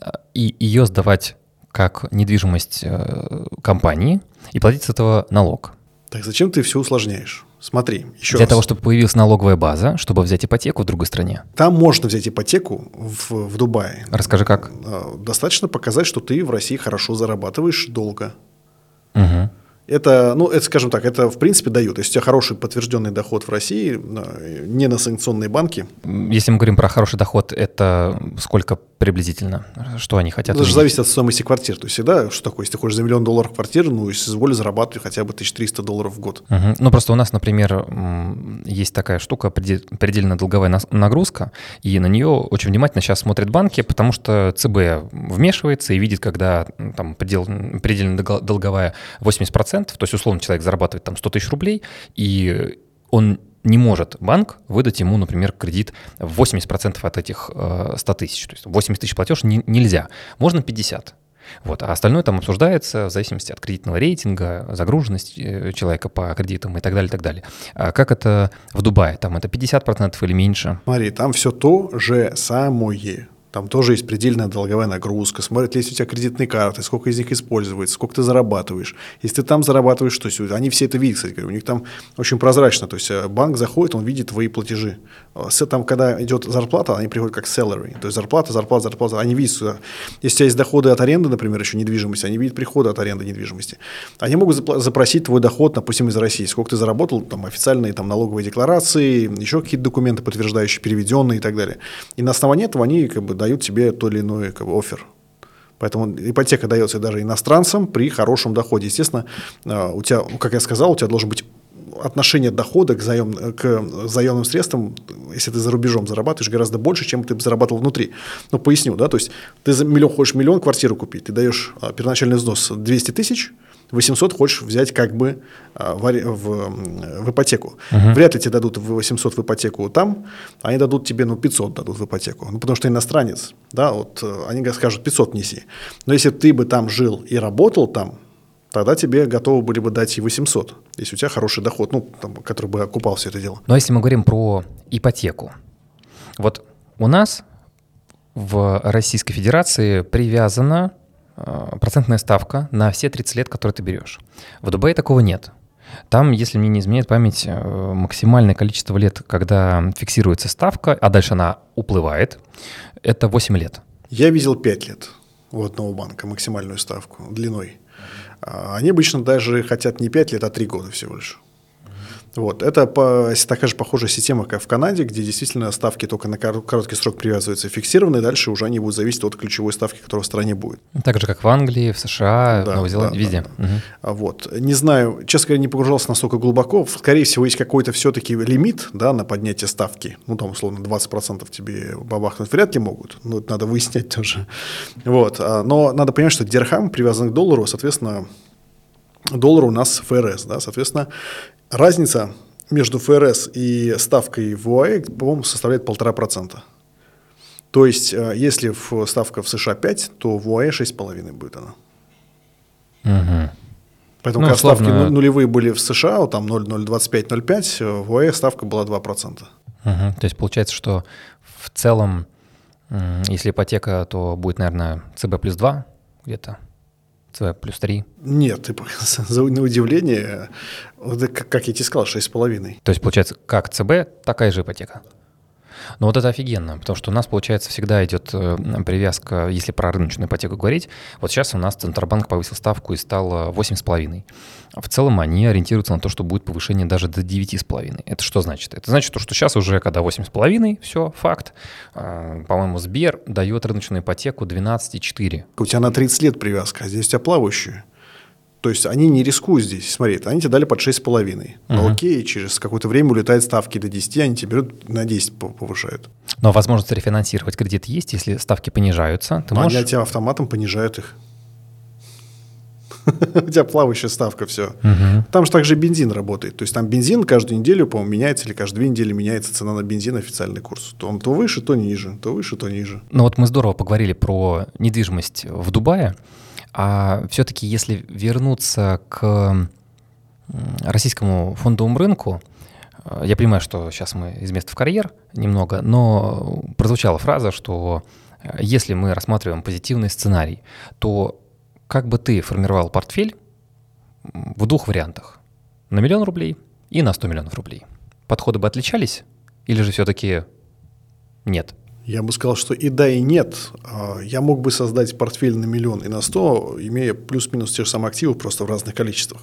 и ее сдавать как недвижимость э, компании и платить с этого налог. Так зачем ты все усложняешь? Смотри, еще Для раз. того, чтобы появилась налоговая база, чтобы взять ипотеку в другой стране. Там можно взять ипотеку в, в Дубае. Расскажи, как? Достаточно показать, что ты в России хорошо зарабатываешь долго. Угу. Это, ну, это, скажем так, это в принципе дают. Если у тебя хороший подтвержденный доход в России, не на санкционные банки. Если мы говорим про хороший доход, это сколько приблизительно? Что они хотят? Это же зависит от стоимости квартир. То есть всегда, что такое, если ты хочешь за миллион долларов квартиру, ну, изволь зарабатывать хотя бы тысяча триста долларов в год. Угу. Ну, просто у нас, например, есть такая штука, предельно долговая нагрузка, и на нее очень внимательно сейчас смотрят банки, потому что ЦБ вмешивается и видит, когда там предел, предельно долговая восемьдесят процентов, то есть, условно, человек зарабатывает там сто тысяч рублей, и он не может, банк, выдать ему, например, кредит в восемьдесят процентов от этих э, ста тысяч. То есть восемьдесят тысяч платеж не, нельзя. Можно пятьдесят. Вот, а остальное там обсуждается в зависимости от кредитного рейтинга, загруженности человека по кредитам и так далее, и так далее. А как это в Дубае? Там это пятьдесят процентов или меньше? Смотри, там все то же самое. Там тоже есть предельная долговая нагрузка. Смотрят, есть у тебя кредитные карты, сколько из них используется, сколько ты зарабатываешь. Если ты там зарабатываешь, то есть они все это видят, кстати говоря. У них там очень прозрачно. То есть банк заходит, он видит твои платежи. Там, когда идет зарплата, они приходят как salary. То есть зарплата, зарплата, зарплата. Они видят сюда. Если у тебя есть доходы от аренды, например, еще недвижимости, они видят приходы от аренды недвижимости. Они могут запросить твой доход, допустим, из России. Сколько ты заработал, там официальные там, налоговые декларации, еще какие-то документы, подтверждающие, переведенные и так далее. И на основании этого они как бы дают тебе то или иное как бы, оффер. Поэтому ипотека дается даже иностранцам при хорошем доходе. Естественно, у тебя, как я сказал, у тебя должен быть отношение дохода к, заем, к заемным средствам, если ты за рубежом зарабатываешь, гораздо больше, чем ты бы зарабатывал внутри. Ну, поясню, да, то есть ты за миллион хочешь миллион квартиру купить, ты даешь первоначальный взнос двести тысяч, восемьсот хочешь взять как бы в, в, в ипотеку. Uh-huh. Вряд ли тебе дадут восемьсот в ипотеку там, они дадут тебе, ну, пятьсот дадут в ипотеку. Ну, потому что иностранец, да, вот они скажут пятьсот неси. Но если ты бы там жил и работал там, тогда тебе готовы были бы дать и восемьсот, если у тебя хороший доход, ну, там, который бы окупал все это дело. Но если мы говорим про ипотеку, вот у нас в Российской Федерации привязана процентная ставка на все тридцать лет, которые ты берешь. В Дубае такого нет. Там, если мне не изменяет память, максимальное количество лет, когда фиксируется ставка, а дальше она уплывает, это восемь лет. Я видел пять лет у одного банка, максимальную ставку длиной. Они обычно даже хотят не пять лет, а три года всего лишь. Вот. Это по, такая же похожая система, как в Канаде, где действительно ставки только на короткий срок привязываются фиксированы, и дальше уже они будут зависеть от ключевой ставки, которая в стране будет. Так же, как в Англии, в США, да, в Новой Зеландии, да, везде. Да, да. Угу. Вот. Не знаю, честно говоря, не погружался настолько глубоко. Скорее всего, есть какой-то все-таки лимит, да, на поднятие ставки. Ну, там, условно, двадцать процентов тебе бабахнуть вряд ли могут. Ну, это надо выяснять тоже. Вот. Но надо понимать, что дирхам привязан к доллару, соответственно, доллар у нас эф эр эс, да, соответственно, разница между эф эр эс и ставкой в ОАЭ, по-моему, составляет полтора процента. То есть, если ставка в США пять, то в ОАЭ шесть целых пять десятых будет она. Угу. Поэтому, ну, когда условно... ставки нулевые были в США, там ноль целых двадцать пять - ноль целых пять, в ОАЭ ставка была два процента. Угу. То есть, получается, что в целом, если ипотека, то будет, наверное, цэ бэ плюс два где-то. цэ бэ плюс три? Нет, ты, на удивление, как я тебе сказал, шесть целых пять десятых. То есть, получается, как цэ бэ, такая же ипотека. Ну вот это офигенно, потому что у нас, получается, всегда идет привязка, если про рыночную ипотеку говорить. Вот сейчас у нас Центробанк повысил ставку и стал восемь целых пять десятых. В целом они ориентируются на то, что будет повышение даже до девять целых пять десятых. Это что значит? Это значит, что сейчас уже, когда восемь целых пять десятых, все, факт. По-моему, Сбер дает рыночную ипотеку двенадцать целых четыре десятых. У тебя на тридцать лет привязка, а здесь у тебя плавающая. То есть они не рискуют здесь. Смотри, они тебе дали под шесть целых пять десятых. Но uh-huh. окей, через какое-то время улетают ставки до десяти, они тебе берут на десять повышают. Но возможность рефинансировать кредит есть, если ставки понижаются. Ты можешь... Они тебя автоматом понижают их. У тебя плавающая ставка, все. Там же также бензин работает. То есть там бензин каждую неделю, по-моему, меняется, или каждые две недели меняется цена на бензин, официальный курс. То он то выше, то ниже, то выше, то ниже. Ну вот мы здорово поговорили про недвижимость в Дубае. А все-таки, если вернуться к российскому фондовому рынку, я понимаю, что сейчас мы из места в карьер немного, но прозвучала фраза, что если мы рассматриваем позитивный сценарий, то как бы ты формировал портфель в двух вариантах? На миллион рублей и на сто миллионов рублей. Подходы бы отличались или же все-таки нет? Я бы сказал, что и да, и нет. Я мог бы создать портфель на миллион и на сто, имея плюс-минус те же самые активы, просто в разных количествах.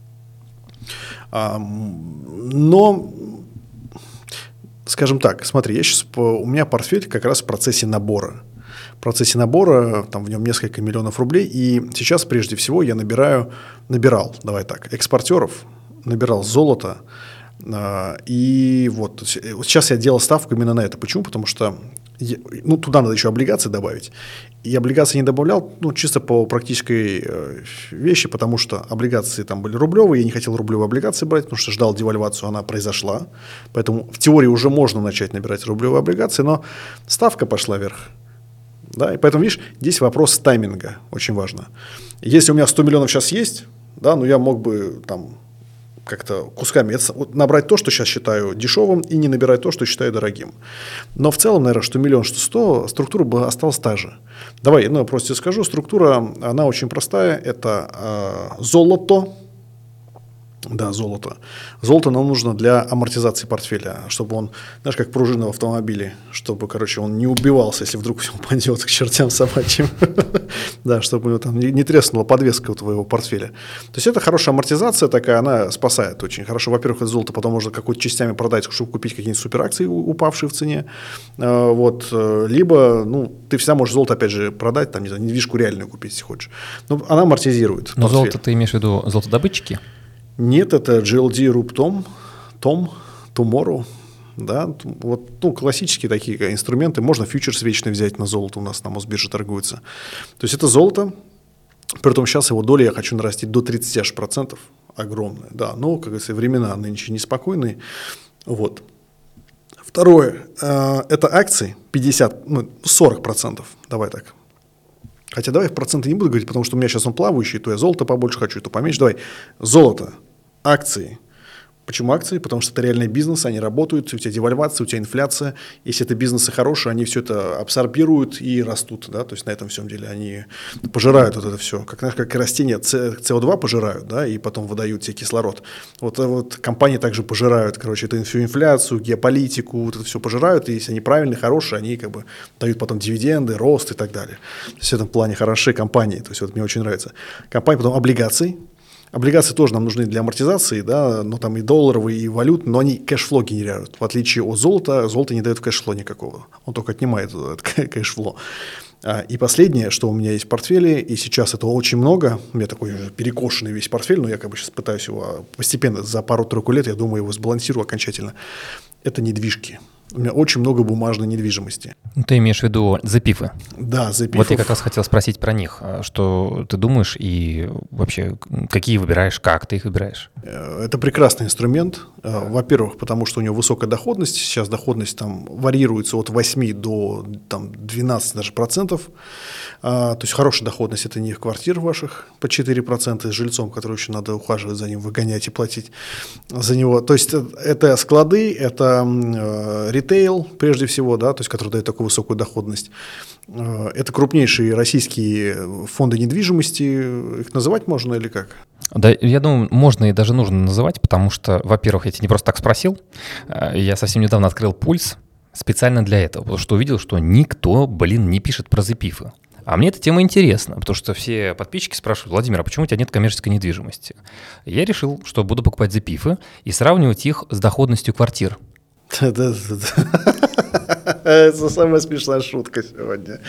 Но, скажем так, смотри, я сейчас, у меня портфель как раз в процессе набора. В процессе набора, там в нем несколько миллионов рублей, и сейчас прежде всего я набираю, набирал, давай так, экспортеров, набирал золото. И вот сейчас я делал ставку именно на это. Почему? Потому что ну, туда надо еще облигации добавить. И облигации не добавлял, ну, чисто по практической э, вещи, потому что облигации там были рублевые, я не хотел рублевые облигации брать, потому что ждал девальвацию, она произошла. Поэтому в теории уже можно начать набирать рублевые облигации, но ставка пошла вверх. Да? И поэтому, видишь, здесь вопрос тайминга очень важно. Если у меня сто миллионов сейчас есть, да, ну я мог бы там как-то кусками набрать то, что сейчас считаю дешевым, и не набирать то, что считаю дорогим. Но в целом, наверное, что миллион, что сто, структура бы осталась та же. Давай, ну, я просто тебе скажу, структура, она очень простая. Это э, золото. Да, золото. Золото нам нужно для амортизации портфеля, чтобы он, знаешь, как пружина в автомобиле, чтобы, короче, он не убивался, если вдруг все упадет к чертям собачьим. Да, чтобы у него там не треснула подвеска у твоего портфеля. То есть это хорошая амортизация такая, она спасает очень хорошо. Во-первых, это золото потом можно какой-то частями продать, чтобы купить какие-нибудь суперакции, упавшие в цене. Вот. Либо, ну, ты всегда можешь золото, опять же, продать, там, не знаю, недвижку реальную купить, если хочешь. Но она амортизирует. Но золото ты имеешь в виду золотодобытчики? Нет, это джи эл ди Rup Tom, Tom, Tomorrow, да, вот, ну, классические такие инструменты, можно фьючерс вечный взять на золото, у нас на Мосбирже торгуется. То есть это золото, при этом сейчас его доля я хочу нарастить до тридцати процентов, огромная, да, но, как говорится, времена нынче неспокойные, вот. Второе, э, это акции, пятьдесят, ну, сорок процентов, давай так. Хотя давай в проценты не буду говорить, потому что у меня сейчас он плавающий, то я золото побольше хочу, то поменьше. Давай, золото, акции. Почему акции? Потому что это реальный бизнес, они работают, у тебя девальвация, у тебя инфляция. Если это бизнесы хорошие, они все это абсорбируют и растут. Да? То есть на этом всем деле они пожирают вот это все. Как, знаешь, как растения си о два пожирают, да, и потом выдают тебе кислород. Вот, вот компании также пожирают, короче, эту всю инфляцию, геополитику, вот это все пожирают. И если они правильные, хорошие, они как бы дают потом дивиденды, рост и так далее. То есть в этом плане хорошие компании. То есть вот мне очень нравится. Компании, потом облигации. Облигации тоже нам нужны для амортизации, да, но там и долларовые, и валют, но они кэшфло генерируют. В отличие от золота, золото не дает кэшфло никакого. Он только отнимает этот кэшфло. И последнее, что у меня есть в портфеле, и сейчас этого очень много, у меня такой перекошенный весь портфель, но я как бы сейчас пытаюсь его постепенно, за пару-тройку лет, я думаю, его сбалансирую окончательно, это недвижки. У меня очень много бумажной недвижимости. Ты имеешь в виду зэпифы? Да, зэпифы. Вот я как раз хотел спросить про них. Что ты думаешь и вообще какие выбираешь, как ты их выбираешь? Это прекрасный инструмент. Во-первых, потому что у него высокая доходность. Сейчас доходность там варьируется от восьми до там, двенадцати даже процентов. То есть хорошая доходность – это не в квартир ваших по четыре процента с жильцом, который еще надо ухаживать за ним, выгонять и платить за него. То есть это склады, это ритейл, прежде всего, да, то есть, который дает такую высокую доходность. Это крупнейшие российские фонды недвижимости. Их называть можно или как? Да, я думаю, можно и даже нужно называть, потому что, во-первых, я тебя не просто так спросил. Я совсем недавно открыл «Пульс» специально для этого, потому что увидел, что никто, блин, не пишет про зэпифы. А мне эта тема интересна, потому что все подписчики спрашивают: Владимир, а почему у тебя нет коммерческой недвижимости? Я решил, что буду покупать зэпифы и сравнивать их с доходностью квартир. Это самая смешная шутка сегодня.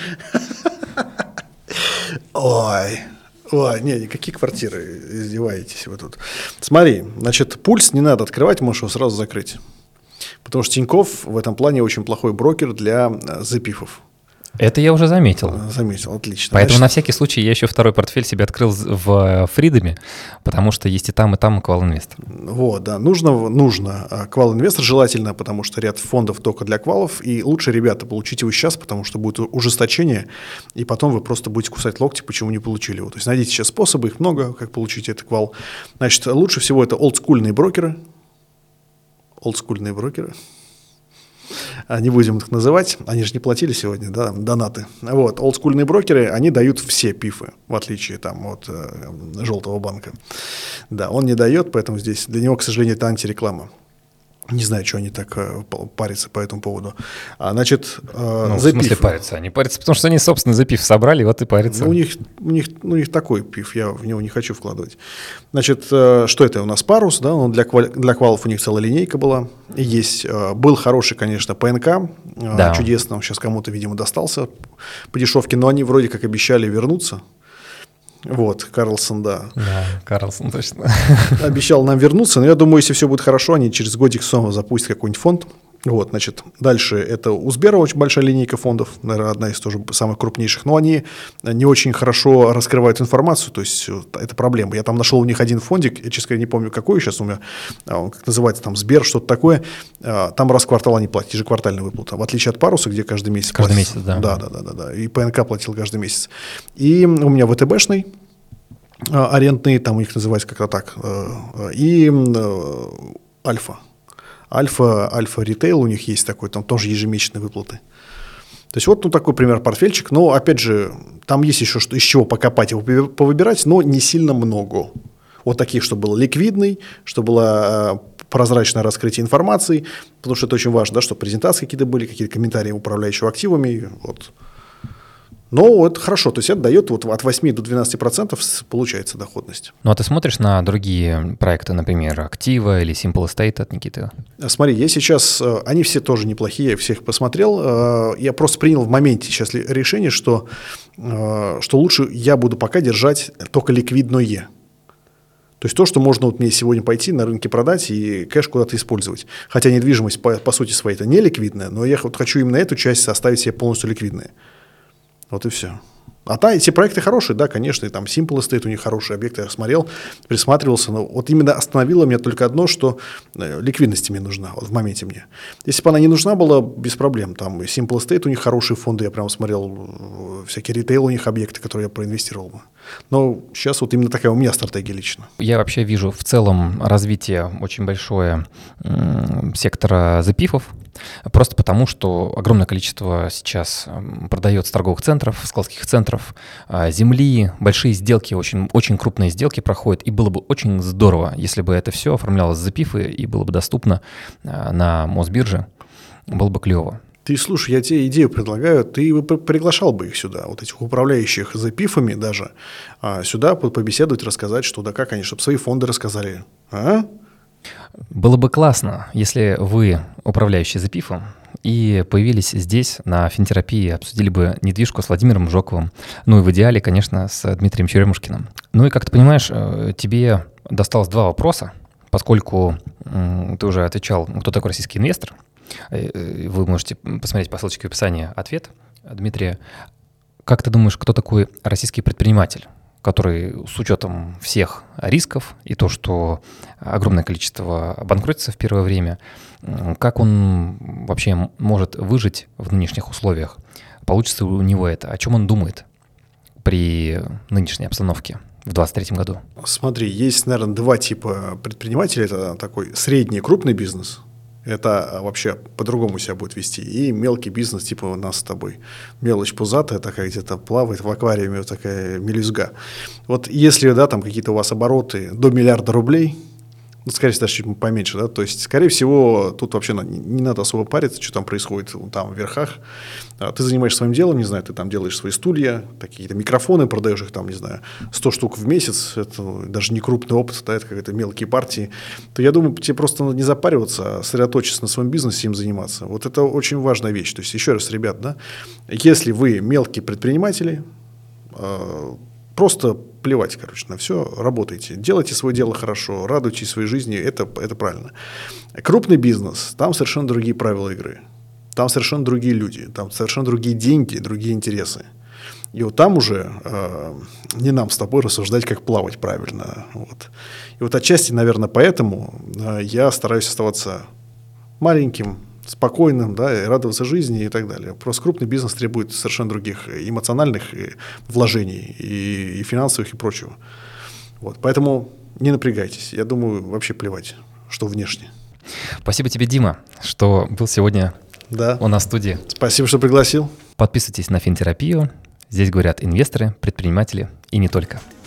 Ой, ой, не, никакие квартиры, издеваетесь вы тут. Смотри, значит, «Пульс» не надо открывать, можешь его сразу закрыть. Потому что Тинькофф в этом плане очень плохой брокер для зэпифов. Это я уже заметил. Заметил, отлично. Поэтому Значит, на всякий случай я еще второй портфель себе открыл в Фридоме, потому что есть и там, и там Qual Invest. Вот, да, нужно, нужно Qual Invest желательно, потому что ряд фондов только для квалов, и лучше, ребята, получите его сейчас, потому что будет ужесточение, и потом вы просто будете кусать локти, почему не получили его. То есть найдите сейчас способы, их много, как получить этот квал. Значит, лучше всего это олдскульные брокеры. Олдскульные брокеры. Не будем их называть, они же не платили сегодня, да, донаты. Вот, олдскульные брокеры, они дают все пифы, в отличие там от э, желтого банка. Да, он не дает, поэтому здесь для него, к сожалению, это антиреклама. Не знаю, что они так э, парятся по этому поводу. А, значит, э, ну, в смысле парятся? Они парятся, потому что они, собственно, за пиф собрали, вот и парятся. Ну, у них, у них, ну, у них такой пиф, я в него не хочу вкладывать. Значит, э, что это у нас? Парус, да, он для, квал, для квалов у них целая линейка была. Есть, э, был хороший, конечно, ПНК, э, да. чудесно, он сейчас кому-то, видимо, достался по дешевке, но они вроде как обещали вернуться. Вот, Карлсон, да. Да, Карлсон, точно. Обещал нам вернуться, но я думаю, если все будет хорошо, они через годик снова запустят какой-нибудь фонд Вот, значит, дальше это у Сбера очень большая линейка фондов, наверное, одна из тоже самых крупнейших, но они не очень хорошо раскрывают информацию, то есть это проблема. Я там нашел у них один фондик, я, честно говоря, не помню, какой сейчас у меня, он, как называется, там Сбер, что-то такое, там раз в квартал они платят, ежеквартальная выплата, в отличие от Паруса, где каждый месяц Каждый платится. месяц, да. Да, да, да, да, да, и ПНК платил каждый месяц. И у меня ВТБшный, арендный, там у них называется как-то так, и Альфа. Альфа, Альфа Ритейл у них есть такой, там тоже ежемесячные выплаты. То есть вот ну, такой пример портфельчик, но опять же, там есть еще что, из чего покопать его повыбирать, но не сильно много. Вот таких, чтобы был ликвидный, чтобы было прозрачное раскрытие информации, потому что это очень важно, да, чтобы презентации какие-то были, какие-то комментарии управляющего активами, вот. Но это хорошо, то есть это дает вот от восьми до двенадцати процентов получается доходность. Ну а ты смотришь на другие проекты, например, Актива или Simple Estate от Никиты? Смотри, я сейчас, они все тоже неплохие, я всех посмотрел, я просто принял в моменте сейчас решение, что, что лучше я буду пока держать только ликвидное. То есть то, что можно вот мне сегодня пойти на рынке продать и кэш куда-то использовать. Хотя недвижимость по, по сути своей это не ликвидная, но я вот хочу именно эту часть оставить себе полностью ликвидной. Вот и все. А та, эти проекты хорошие, да, конечно, и там Simple Estate, у них хорошие объекты, я смотрел, присматривался, но вот именно остановило меня только одно, что ликвидность мне нужна, вот в моменте мне. Если бы она не нужна была, без проблем, там Simple Estate, у них хорошие фонды, я прямо смотрел, всякие ритейл у них объекты, которые я проинвестировал бы. Но сейчас вот именно такая у меня стратегия лично. Я вообще вижу в целом развитие очень большое м, сектора запифов, просто потому, что огромное количество сейчас продается торговых центров, складских центров, земли, большие сделки, очень, очень крупные сделки проходят, и было бы очень здорово, если бы это все оформлялось за запифы и было бы доступно на Мосбирже, было бы клево. Ты, слушай, я тебе идею предлагаю, ты приглашал бы их сюда, вот этих управляющих запифами даже, сюда побеседовать, рассказать, что да как они, чтобы свои фонды рассказали, а? Было бы классно, если вы, управляющий запифом, и появились здесь на финтерапии, обсудили бы недвижку с Владимиром Жоковым, ну и в идеале, конечно, с Дмитрием Черемушкиным. Ну и, как ты понимаешь, тебе досталось два вопроса, поскольку ты уже отвечал, кто такой российский инвестор. Вы можете посмотреть по ссылочке в описании ответ Дмитрия. Как ты думаешь, кто такой российский предприниматель, который с учетом всех рисков и то, что огромное количество банкротится в первое время, как он вообще может выжить в нынешних условиях? Получится у него это? О чем он думает при нынешней обстановке в двадцать третьем году? Смотри, есть, наверное, два типа предпринимателей. Это такой средний и крупный бизнес. Это вообще по-другому себя будет вести. И мелкий бизнес, типа у нас с тобой. Мелочь пузатая такая, где-то плавает в аквариуме, вот такая мелюзга. Вот если, да, там какие-то у вас обороты до миллиарда рублей, ну, скорее всего, даже чуть поменьше, да, то есть, скорее всего, тут вообще не надо особо париться, что там происходит там в верхах. Ты занимаешься своим делом, не знаю, ты там делаешь свои стулья, какие-то микрофоны, продаешь их там, не знаю, сто штук в месяц, это даже не крупный опыт, да, это какие-то мелкие партии, то я думаю, тебе просто надо не запариваться, а сосредоточиться на своем бизнесе, им заниматься. Вот это очень важная вещь. То есть, еще раз, ребят, да, если вы мелкие предприниматели, просто плевать, короче, на все, работайте, делайте свое дело хорошо, радуйтесь своей жизни, это, это правильно. Крупный бизнес, там совершенно другие правила игры, там совершенно другие люди, там совершенно другие деньги, другие интересы. И вот там уже э, не нам с тобой рассуждать, как плавать правильно. Вот. И вот отчасти, наверное, поэтому э, я стараюсь оставаться маленьким, спокойным, да, и радоваться жизни и так далее. Просто крупный бизнес требует совершенно других эмоциональных вложений и, и финансовых и прочего. Вот. Поэтому не напрягайтесь. Я думаю, вообще плевать, что внешне. Спасибо тебе, Дима, что был сегодня да. у нас в студии. Спасибо, что пригласил. Подписывайтесь на Финтерапию. Здесь говорят инвесторы, предприниматели и не только.